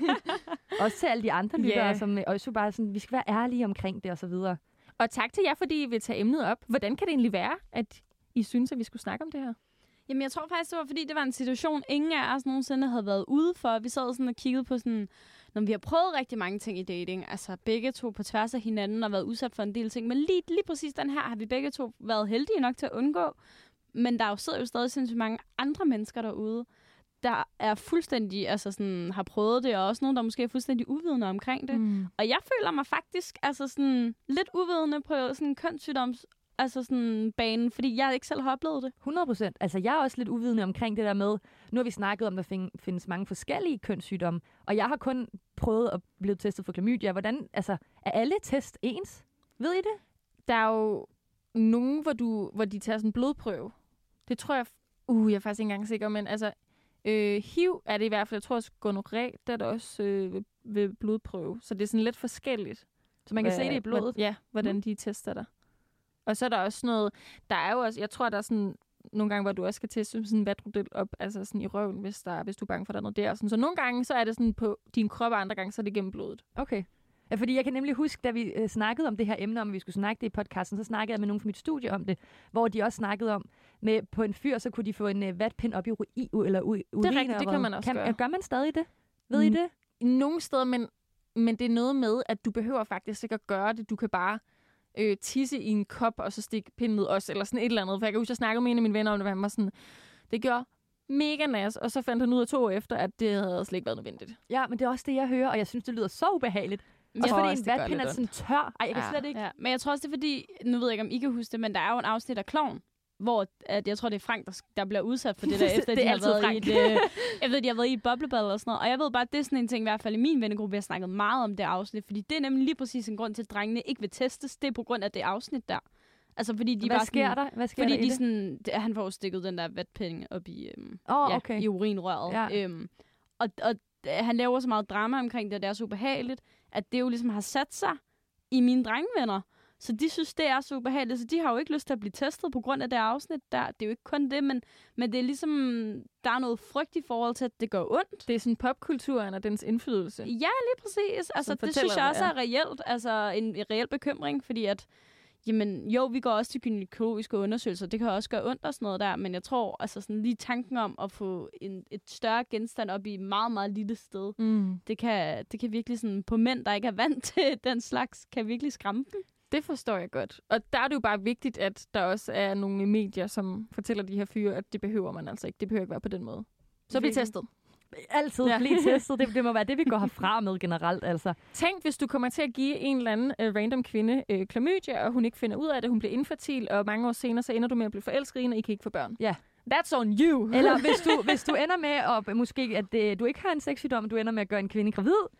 S1: Også til alle de andre lyttere,
S3: Ja.
S1: som også bare sådan, vi skal være ærlige omkring det og så videre.
S3: Og tak til jer, fordi I vil tage emnet op. Hvordan kan det egentlig være, at I synes, at vi skulle snakke om det her?
S2: Jamen, jeg tror faktisk, det var, fordi det var en situation, ingen af os nogensinde havde været ude for. Vi sad sådan og kiggede på sådan, når vi har prøvet rigtig mange ting i dating, altså begge to på tværs af hinanden og været udsat for en del ting, men lige, lige præcis den her har vi begge to været heldige nok til at undgå. Men der er jo, sidder jo stadig sindssygt mange andre mennesker derude, der er fuldstændig, altså sådan, har prøvet det, og også nogen, der måske er fuldstændig uvidende omkring det.
S3: Mm.
S2: Og jeg føler mig faktisk altså sådan, lidt uvidende på sådan en kønssygdoms altså sådan banen, fordi jeg ikke selv har oplevet det.
S1: hundrede procent. Altså, jeg er også lidt uvidende omkring det der med, nu har vi snakket om, at der fin- findes mange forskellige kønssygdomme, og jeg har kun prøvet at blive testet for klamydia. Hvordan, altså, er alle test ens? Ved I det?
S3: Der er jo nogen, hvor, du, hvor de tager sådan en blodprøve. Det tror jeg... Uh, jeg er faktisk ikke engang sikker, men altså... Øh, H I V er det i hvert fald. Jeg tror også, gonorrhea, der er det også øh, ved, ved blodprøve. Så det er sådan lidt forskelligt.
S1: Så man kan
S3: Hvad-
S1: se det i blodet?
S3: Hvor, ja, hvordan
S1: Mm.
S3: de tester dig. Og så er der også noget... Der er jo også... Jeg tror, der er sådan... Nogle gange, hvor du også skal teste sådan en vatrodel op, altså sådan i røven, hvis, der, hvis du er bange for, der er noget der. Sådan. Så nogle gange, så er det sådan på din krop, og andre gange, så er det gennem blodet.
S1: Okay. Ja, fordi jeg kan nemlig huske, da vi øh, snakkede om det her emne, om at vi skulle snakke det i podcasten, så snakkede jeg med nogen fra mit studie om det, hvor de også snakkede om, med på en fyr, så kunne de få en øh, vatpind op i uri, u, eller u, urin.
S3: Det er rigtigt, det kan man også gøre.
S1: Gør man stadig det? Ved I
S3: Mm.
S1: det?
S3: Nogle steder, men, men det er noget med, at du behøver faktisk ikke at gøre det. Du kan bare øh, tisse i en kop, og så stikke pinden ned også, eller sådan et eller andet. For jeg kan huske, jeg snakkede med en af mine venner om det, hvor han var sådan, det gjorde mega nas, og så fandt han ud af to år efter, at det havde slet ikke været nødvendigt.
S1: Ja, men det er også det, jeg hører, og jeg synes, det lyder så ubehageligt.
S2: Jeg
S1: Også
S3: tror
S1: fordi
S3: også,
S1: en
S3: det gør
S1: vatpind er
S3: lidt
S1: sådan tør. Ej, jeg kan
S3: Ja.
S1: slet ikke.
S2: Ja, men jeg tror også, det er fordi, nu ved jeg ikke, om I kan huske det, men der er jo en afsnit af Klovn, hvor at jeg tror, det er Frank, der, der bliver udsat for det der, efter
S1: Det er
S2: de har
S1: altid
S2: været
S1: Frank.
S2: i et, øh, jeg ved, de har været i et boblebad og sådan noget. Og jeg ved bare, at det er sådan en ting, i hvert fald i min vennegruppe, vi har snakket meget om det afsnit, fordi det er nemlig lige præcis en grund til, at drengene ikke vil testes. Det er på grund af det afsnit der. Altså fordi de
S1: Hvad
S2: bare
S1: sker
S2: sådan,
S1: der? Hvad sker
S2: Fordi
S1: der i
S2: de
S1: det?
S2: sådan, det, han får jo stikket den der vatpenge op i, øhm,
S1: Åh,
S2: ja,
S1: okay.
S2: i urinrøret.
S1: Ja.
S2: Øhm, og, og han laver så meget drama omkring det, og det er så ubehageligt, at det jo ligesom har sat sig i mine drengevenner. Så de synes, det er så ubehageligt, så de har jo ikke lyst til at blive testet på grund af det afsnit der. Det er jo ikke kun det, men, men det er ligesom, der er noget frygt i forhold til, at det gør ondt.
S3: Det er sådan popkulturen og dens indflydelse.
S2: Ja, lige præcis. Altså, det
S3: fortæller
S2: synes jeg
S3: det,
S2: også
S3: ja.
S2: er reelt, altså en, en reel bekymring, fordi at, jamen, jo, vi går også til gynækologiske undersøgelser, det kan også gøre ondt og sådan noget der, men jeg tror, altså sådan lige tanken om at få en, et større genstand op i et meget, meget lille sted,
S3: Mm.
S2: det kan, det kan virkelig sådan, på mænd, der ikke er vant til den slags, kan virkelig skræmme dem.
S3: Det forstår jeg godt. Og der er det jo bare vigtigt, at der også er nogle medier, som fortæller de her fyre, at det behøver man altså ikke. Det behøver ikke være på den måde. Så bliv
S1: Virkelig.
S3: testet.
S1: Altid
S3: Ja.
S1: ja. blive testet. Det, det må være det, vi går herfra med generelt. Altså.
S3: Tænk, hvis du kommer til at give en eller anden uh, random kvinde uh, klamydia, og hun ikke finder ud af det, hun bliver infertil, og mange år senere, så ender du med at blive forelsket i hende, og I kan ikke få børn.
S1: Ja.
S3: That's on you.
S1: Eller hvis du, hvis du ender med, at måske at det, du ikke har en sexsygdom, du ender med at gøre en kvinde gravid,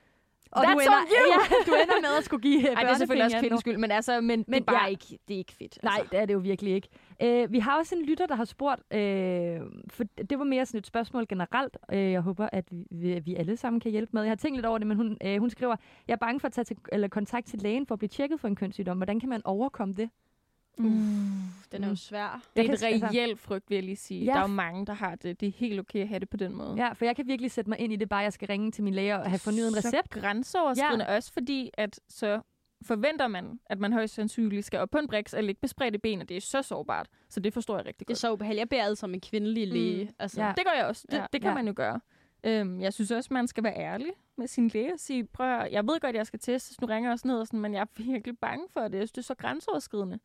S1: Og
S3: That's
S1: du ender,
S3: on you!
S1: ja, du ender med at skulle give
S3: Ej, det er selvfølgelig også kvindens skyld, men, altså, men, men det er bare
S1: ja.
S3: ikke, det er ikke fedt.
S1: Nej,
S3: Altså.
S1: det er det jo virkelig ikke. Uh, vi har også en lytter, der har spurgt, uh, for det var mere sådan et spørgsmål generelt. Uh, jeg håber, at vi, vi alle sammen kan hjælpe med. Jeg har tænkt lidt over det, men hun, uh, hun skriver, jeg er bange for at tage til, eller kontakt til lægen for at blive tjekket for en kønssygdom. Hvordan kan man overkomme det?
S2: Uh, den er jo svær.
S3: Det er
S1: Jeg
S3: et
S1: kan- altså-
S3: reelt frygt, vil jeg lige sige.
S1: Ja.
S3: Der er jo mange, der har det. Det er helt okay at have det på den måde.
S1: Ja, for jeg kan virkelig sætte mig ind i det, bare jeg skal ringe til min læge og have fornyet en recept.
S3: Så grænseoverskridende ja. Også fordi, at så forventer man, at man højst sandsynligt skal op på en briks og ligge bespredt i ben, og det er så sårbart. Så det forstår jeg rigtig
S2: Det er
S3: godt.
S2: så ubehageligt. Jeg beder altså som en kvindelig læge.
S3: Mm.
S2: Altså,
S1: Ja.
S3: Det gør jeg også. Det,
S2: Ja.
S3: det kan
S1: Ja.
S3: man jo gøre. Øhm, jeg synes også, man skal være ærlig med sin læge og sige, prøv at, jeg ved godt, jeg skal testes, nu ringer jeg også ned, og sådan, men jeg er virkelig bange for det. Jeg synes, det er så grænseoverskridende.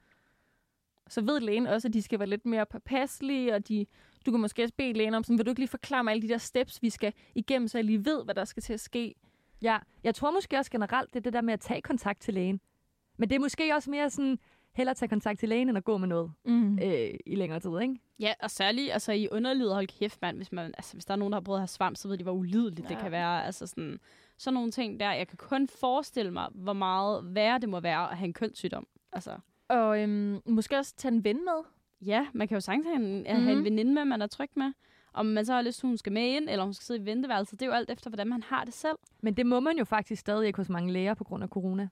S3: Så ved lægen også, at de skal være lidt mere påpasselige, og de, du kan måske også bede lægen om, sådan, vil du ikke lige forklare mig alle de der steps, vi skal igennem, så jeg lige ved, hvad der skal til at ske.
S1: Ja, jeg tror måske også generelt, det er det der med at tage kontakt til lægen. Men det er måske også mere sådan, hellere tage kontakt til lægen, end at gå med noget
S3: Mm.
S1: øh, i længere tid, ikke?
S2: Ja, og særligt altså, i underlivet, hold kæft, mand. Hvis, man, altså, hvis der er nogen, der har prøvet at have svamp, så ved de, hvor ulideligt ja. det kan være. Altså, sådan, sådan nogle ting der. Jeg kan kun forestille mig, hvor meget værre det må være at have en kønssygdom. Altså,
S3: Og øhm, måske også tage en ven med.
S2: ja, man kan jo sagtens have en,
S3: Mhm.
S2: have en veninde med, man er tryg med. Om man så har lyst til, at hun skal med ind, eller hun skal sidde i venteværelset. Det er jo alt efter, hvordan man har det selv.
S1: Men det må man jo faktisk stadig ikke hos mange læger på grund af corona.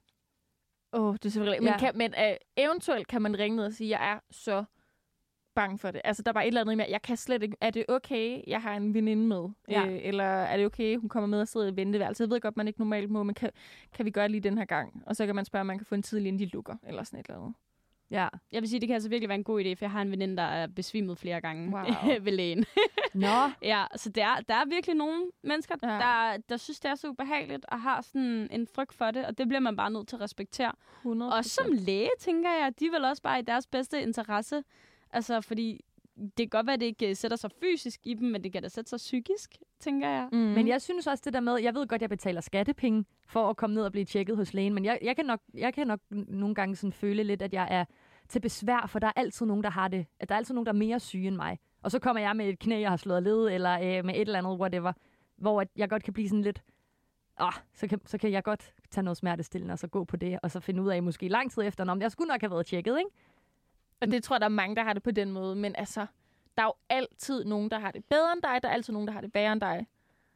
S3: Åh, oh, det er selvfølgelig
S1: Ja.
S3: Men, kan, men øh, eventuelt kan man ringe ned og sige, jeg er så bange for det. Altså, der er bare et eller andet med, jeg kan slet ikke... Er det okay, jeg har en veninde med?
S1: Ja.
S3: Øh, eller er det okay, hun kommer med og sidder i venteværelset? Jeg ved godt, man ikke normalt må, men kan, kan vi gøre det lige den her gang? Og så kan man spørge, om man kan få en tid, inden de lukker, eller sådan et eller andet.
S1: Ja.
S2: Jeg vil sige, det kan altså virkelig være en god idé, for jeg har en veninde, der er besvimet flere gange
S3: Wow.
S2: ved lægen.
S1: Nå,
S2: Ja, så der, der er virkelig nogle mennesker,
S3: Ja.
S2: ja. der, der synes, det er så ubehageligt, og har sådan en frygt for det, og det bliver man bare nødt til at respektere.
S3: hundrede
S2: Og som læge, tænker jeg, de er vel også bare i deres bedste interesse. Altså, fordi det kan godt være, at det ikke sætter sig fysisk i dem, men det kan da sætte sig psykisk, tænker jeg.
S3: Mm.
S1: men jeg synes også det der med, jeg ved godt, jeg betaler skattepenge for at komme ned og blive tjekket hos lægen, men jeg, jeg, kan, nok, jeg kan nok nogle gange sådan føle lidt, at jeg er til besvær, for der er altid nogen, der har det. At der er altid nogen, der er mere syge end mig. Og så kommer jeg med et knæ, jeg har slået led, eller øh, med et eller andet, whatever, hvor at jeg godt kan blive sådan lidt, åh, så kan, så kan jeg godt tage noget smertestillende, og så gå på det, og så finde ud af, måske lang tid efter, om jeg skulle nok have været tjekket, ikke?
S3: Og det tror jeg, der er mange, der har det på den måde. Men altså, der er jo altid nogen, der har det bedre end dig. Der er altid nogen, der har det værre end dig.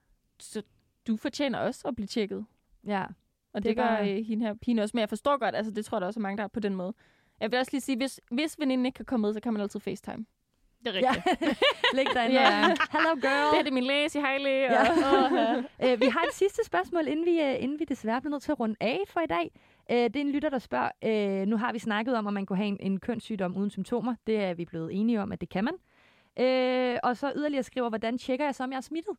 S3: Så du fortjener også at blive tjekket.
S1: Ja.
S3: Og
S1: Det
S3: det,
S1: er
S3: det gør
S1: bare-
S3: øh, hende her pigen også. Men jeg forstår godt, altså det tror jeg der også er mange, der har på den måde. Jeg vil også lige sige, hvis, hvis veninden ikke kan komme med, så kan man altid FaceTime.
S2: Det er
S1: Ja.
S2: rigtigt.
S1: Læg dig ind
S3: Ja.
S1: og, hello girl.
S3: Det er det min læge, sig hej læge.
S1: Ja.
S3: Og,
S1: øh, vi har et sidste spørgsmål, inden vi, øh, inden vi desværre bliver nødt til at runde af for i dag. Øh, det er en lytter, der spørger, øh, nu har vi snakket om, om man kunne have en, en kønssygdom uden symptomer. Det er vi blevet enige om, at det kan man. Øh, og så yderligere skriver, hvordan tjekker jeg så, om jeg er smittet?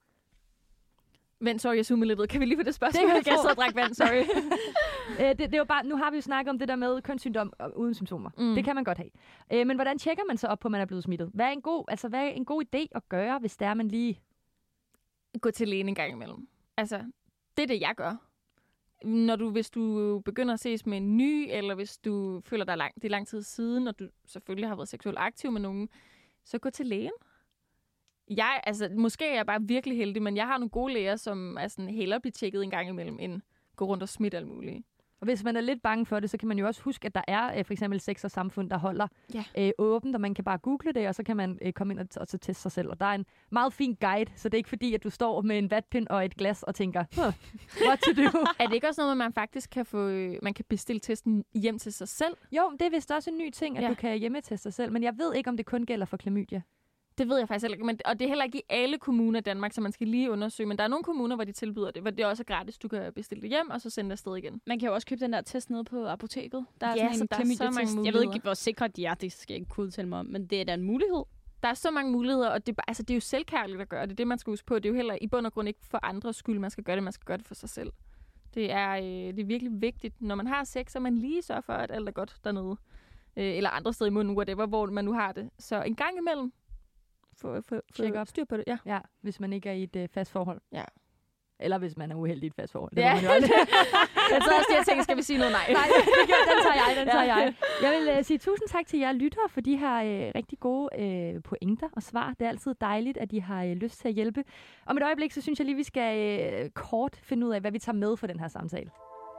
S3: Vent, sorry, jeg zoomede lidt ud. Kan vi lige få det spørgsmål?
S1: Det kan
S3: Det
S1: jeg
S3: jeg
S1: tro.
S3: sidder og drikke vand, sorry.
S1: øh, det, det er jo bare, nu har vi jo snakket om det der med kønssygdom øh, uden symptomer.
S3: Mm.
S1: Mm. Det kan man godt have. Øh, men hvordan tjekker man så op på, at man er blevet smittet? Hvad er en god, altså, hvad er en god idé at gøre, hvis der er man lige...
S3: Gå til lægen en gang imellem. Altså, det er det, jeg gør. Når du, hvis du begynder at ses med en ny, eller hvis du føler, der er lang, det er lang tid siden, og du selvfølgelig har været seksuelt aktiv med nogen, så gå til lægen. Jeg, altså, måske er jeg bare virkelig heldig, men jeg har nogle gode læger, som er sådan, hellere blive tjekket en gang imellem, end gå rundt og smitte alt muligt.
S1: Og hvis man er lidt bange for det, så kan man jo også huske, at der er øh, for eksempel Sex og Samfund, der holder
S3: Ja.
S1: øh, åbent, og man kan bare google det, og så kan man øh, komme ind og, og så teste sig selv. Og der er en meget fin guide, så det er ikke fordi, at du står med en vatpind og et glas og tænker, huh, what to do?
S3: Er det ikke også noget, at man faktisk kan få, øh, man kan bestille testen hjem til sig selv?
S1: Jo, det er vist også en ny ting, at
S3: Ja.
S1: ja. du kan hjemmeteste dig selv, men jeg ved ikke, om det kun gælder for klamydia.
S3: Det ved jeg faktisk heller ikke. Men, og det er heller ikke i alle kommuner i Danmark, så man skal lige undersøge. Men der er nogle kommuner, hvor de tilbyder det, hvor det også er gratis. Du kan bestille det hjem, og så sende det afsted igen.
S2: Man kan jo også købe den der test nede på apoteket. Der er
S3: Ja,
S2: sådan
S3: så
S2: en
S3: der er så mange
S2: klamydia-test. Jeg ved
S3: muligheder.
S2: ikke, hvor sikre de er. Det skal jeg ikke kunne udtale mig om. Men det er da en mulighed.
S3: Der er så mange muligheder, og det er, bare- altså, det er jo selvkærligt at gøre det. Det er det, man skal huske på. Det er jo heller i bund og grund ikke for andres skyld, man skal gøre det. Man skal gøre det for sig selv. Det er, øh, det er virkelig vigtigt. Når man har sex, så man lige sørger for, at alt er godt dernede. Øh, eller andre steder i munden, whatever, hvor man nu har det. Så en gang imellem, få, få,
S1: Tjek
S3: få
S1: op.
S3: styr på det. Ja.
S1: Ja, hvis man ikke er i et øh, fast forhold.
S3: Ja.
S1: Eller hvis man er uheldig i et fast forhold. Det
S3: Ja.
S1: må man jo aldrig.
S3: Jeg så også det, jeg tænker, skal vi sige noget nej?
S1: Nej, det gør, den tager jeg den tager jeg. Jeg vil uh, sige tusind tak til jer lyttere for de her uh, rigtig gode uh, pointer og svar. Det er altid dejligt, at I har uh, lyst til at hjælpe. Om et øjeblik, så synes jeg lige, vi skal uh, kort finde ud af, hvad vi tager med for den her samtale.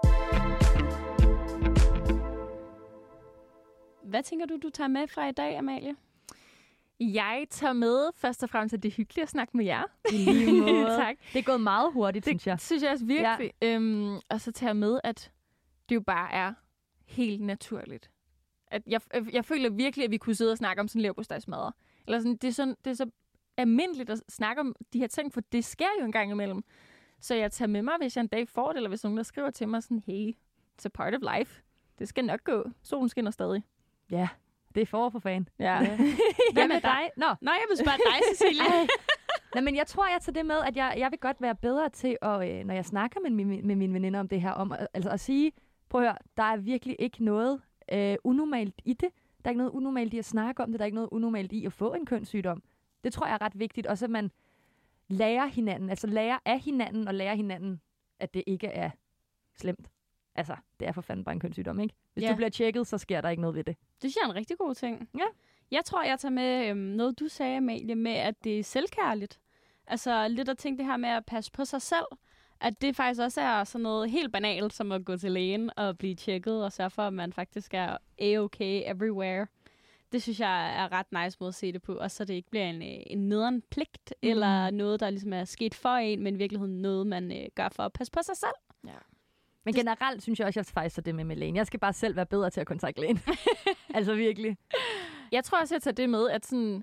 S2: Hvad tænker du, du tager med fra i dag, Amalie?
S3: Jeg tager med først og fremmest, at det er hyggeligt at snakke med jer.
S1: I lige måde.
S3: Tak.
S1: Det er gået meget hurtigt,
S3: Det
S1: synes jeg.
S3: synes jeg også virkelig. Ja. Øhm, og så tager jeg med, at det jo bare er helt naturligt. At jeg, jeg føler virkelig, at vi kunne sidde og snakke om sådan en leverpostejsmadder. Eller sådan, det er, sådan, det er så almindeligt at snakke om de her ting, for det sker jo en gang imellem. Så jeg tager med mig, hvis jeg en dag får det, eller hvis nogen der skriver til mig sådan, hey, it's a part of life. Det skal nok gå. Solen skinner stadig.
S1: Ja, det er forår for fan.
S3: Ja.
S1: Ja. Hvad med dig? Nå.
S2: Nå, jeg vil spørge dig, Cecilie.
S1: Nej, men jeg tror, jeg tager det med, at jeg, jeg vil godt være bedre til, at, øh, når jeg snakker med, med, med mine veninder om det her, om altså at sige, prøv at høre, der er virkelig ikke noget øh, unormalt i det. Der er ikke noget unormalt i at snakke om det. Der er ikke noget unormalt i at få en kønssygdom. Det tror jeg er ret vigtigt. Også at man lærer hinanden, altså lærer af hinanden, og lærer hinanden, at det ikke er slemt. Altså, det er for fanden bare en kønssygdom, ikke? Hvis
S2: Ja.
S1: du bliver tjekket, så sker der ikke noget ved det.
S2: Det synes jeg er en rigtig god ting.
S1: Ja.
S2: Jeg tror, jeg tager med øhm, noget, du sagde, Amalie, med, at det er selvkærligt. Altså lidt at tænke det her med at passe på sig selv. At det faktisk også er sådan noget helt banalt, som at gå til lægen og blive tjekket og sørge for, at man faktisk er a-okay everywhere. Det synes jeg er ret nice måde at se det på. Og så det ikke bliver en, en nederen pligt, mm. eller noget, der ligesom er sket for en, men i virkeligheden noget, man øh, gør for at passe på sig selv.
S1: Ja. Men generelt synes jeg også, at jeg faktisk er det med med lægen. Jeg skal bare selv være bedre til at kontakte lægen. Altså virkelig.
S3: Jeg tror også, jeg tager det med, at sådan,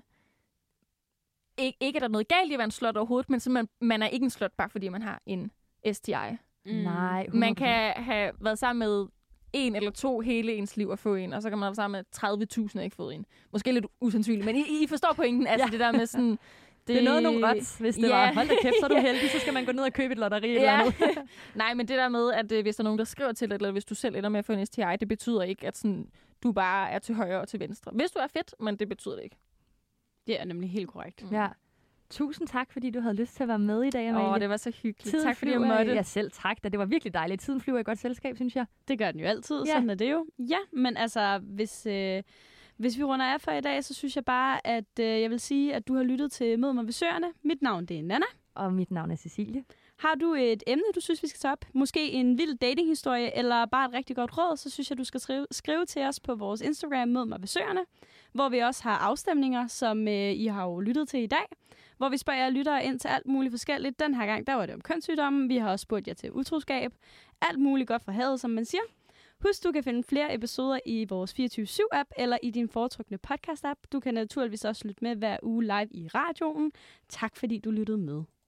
S3: ikke, ikke er der noget galt i at være en slot overhovedet, men så man, man er ikke en slot, bare fordi man har en S T I.
S1: Mm. Nej, hundrede procent.
S3: Man kan have været sammen med en eller to hele ens liv og få en, og så kan man have været sammen med tredive tusind og ikke få en. Måske lidt usandsynligt, men I, I forstår pointen. Altså ja. Det der med sådan...
S1: Det, det er noget nogle odds, hvis det ja. var. Hold da kæft, så er du heldig, så skal man gå ned og købe et lotteri eller
S3: ja.
S1: noget.
S3: Nej, men det der med, at øh, hvis der er nogen, der skriver til dig, eller hvis du selv ender med at få en S T I, det betyder ikke, at sådan, du bare er til højre og til venstre. Hvis du er fedt, men det betyder det ikke.
S2: Det er nemlig helt korrekt.
S1: Mm. Ja. Tusind tak, fordi du havde lyst til at være med i dag, Amalie.
S3: Åh, det var så hyggeligt.
S1: Tiden
S3: tak, fordi jeg
S1: flyver,
S3: måtte.
S1: Ja, selv tak. Da det var virkelig dejligt. Tiden flyver i godt selskab, synes jeg.
S2: Det gør den jo altid.
S1: Ja.
S2: Sådan er det jo. Ja, men altså, hvis... Øh Hvis vi runder af for i dag, så synes jeg bare, at øh, jeg vil sige, at du har lyttet til Mød mig ved Søerne. Mit navn det er Nana.
S1: Og mit navn er Cecilie.
S2: Har du et emne, du synes, vi skal tage op? Måske en vild datinghistorie, eller bare et rigtig godt råd, så synes jeg, du skal skrive, skrive til os på vores Instagram Mød mig ved Søerne, hvor vi også har afstemninger, som øh, I har jo lyttet til i dag, hvor vi spørger jer lyttere ind til alt muligt forskelligt. Den her gang, der var det om kønssygdomme. Vi har også spurgt jer til utroskab. Alt muligt godt for havet, som man siger. Husk, du kan finde flere episoder i vores fireogtyve syv app eller i din foretrukne podcast-app. Du kan naturligvis også lytte med hver uge live i radioen. Tak fordi du lyttede med.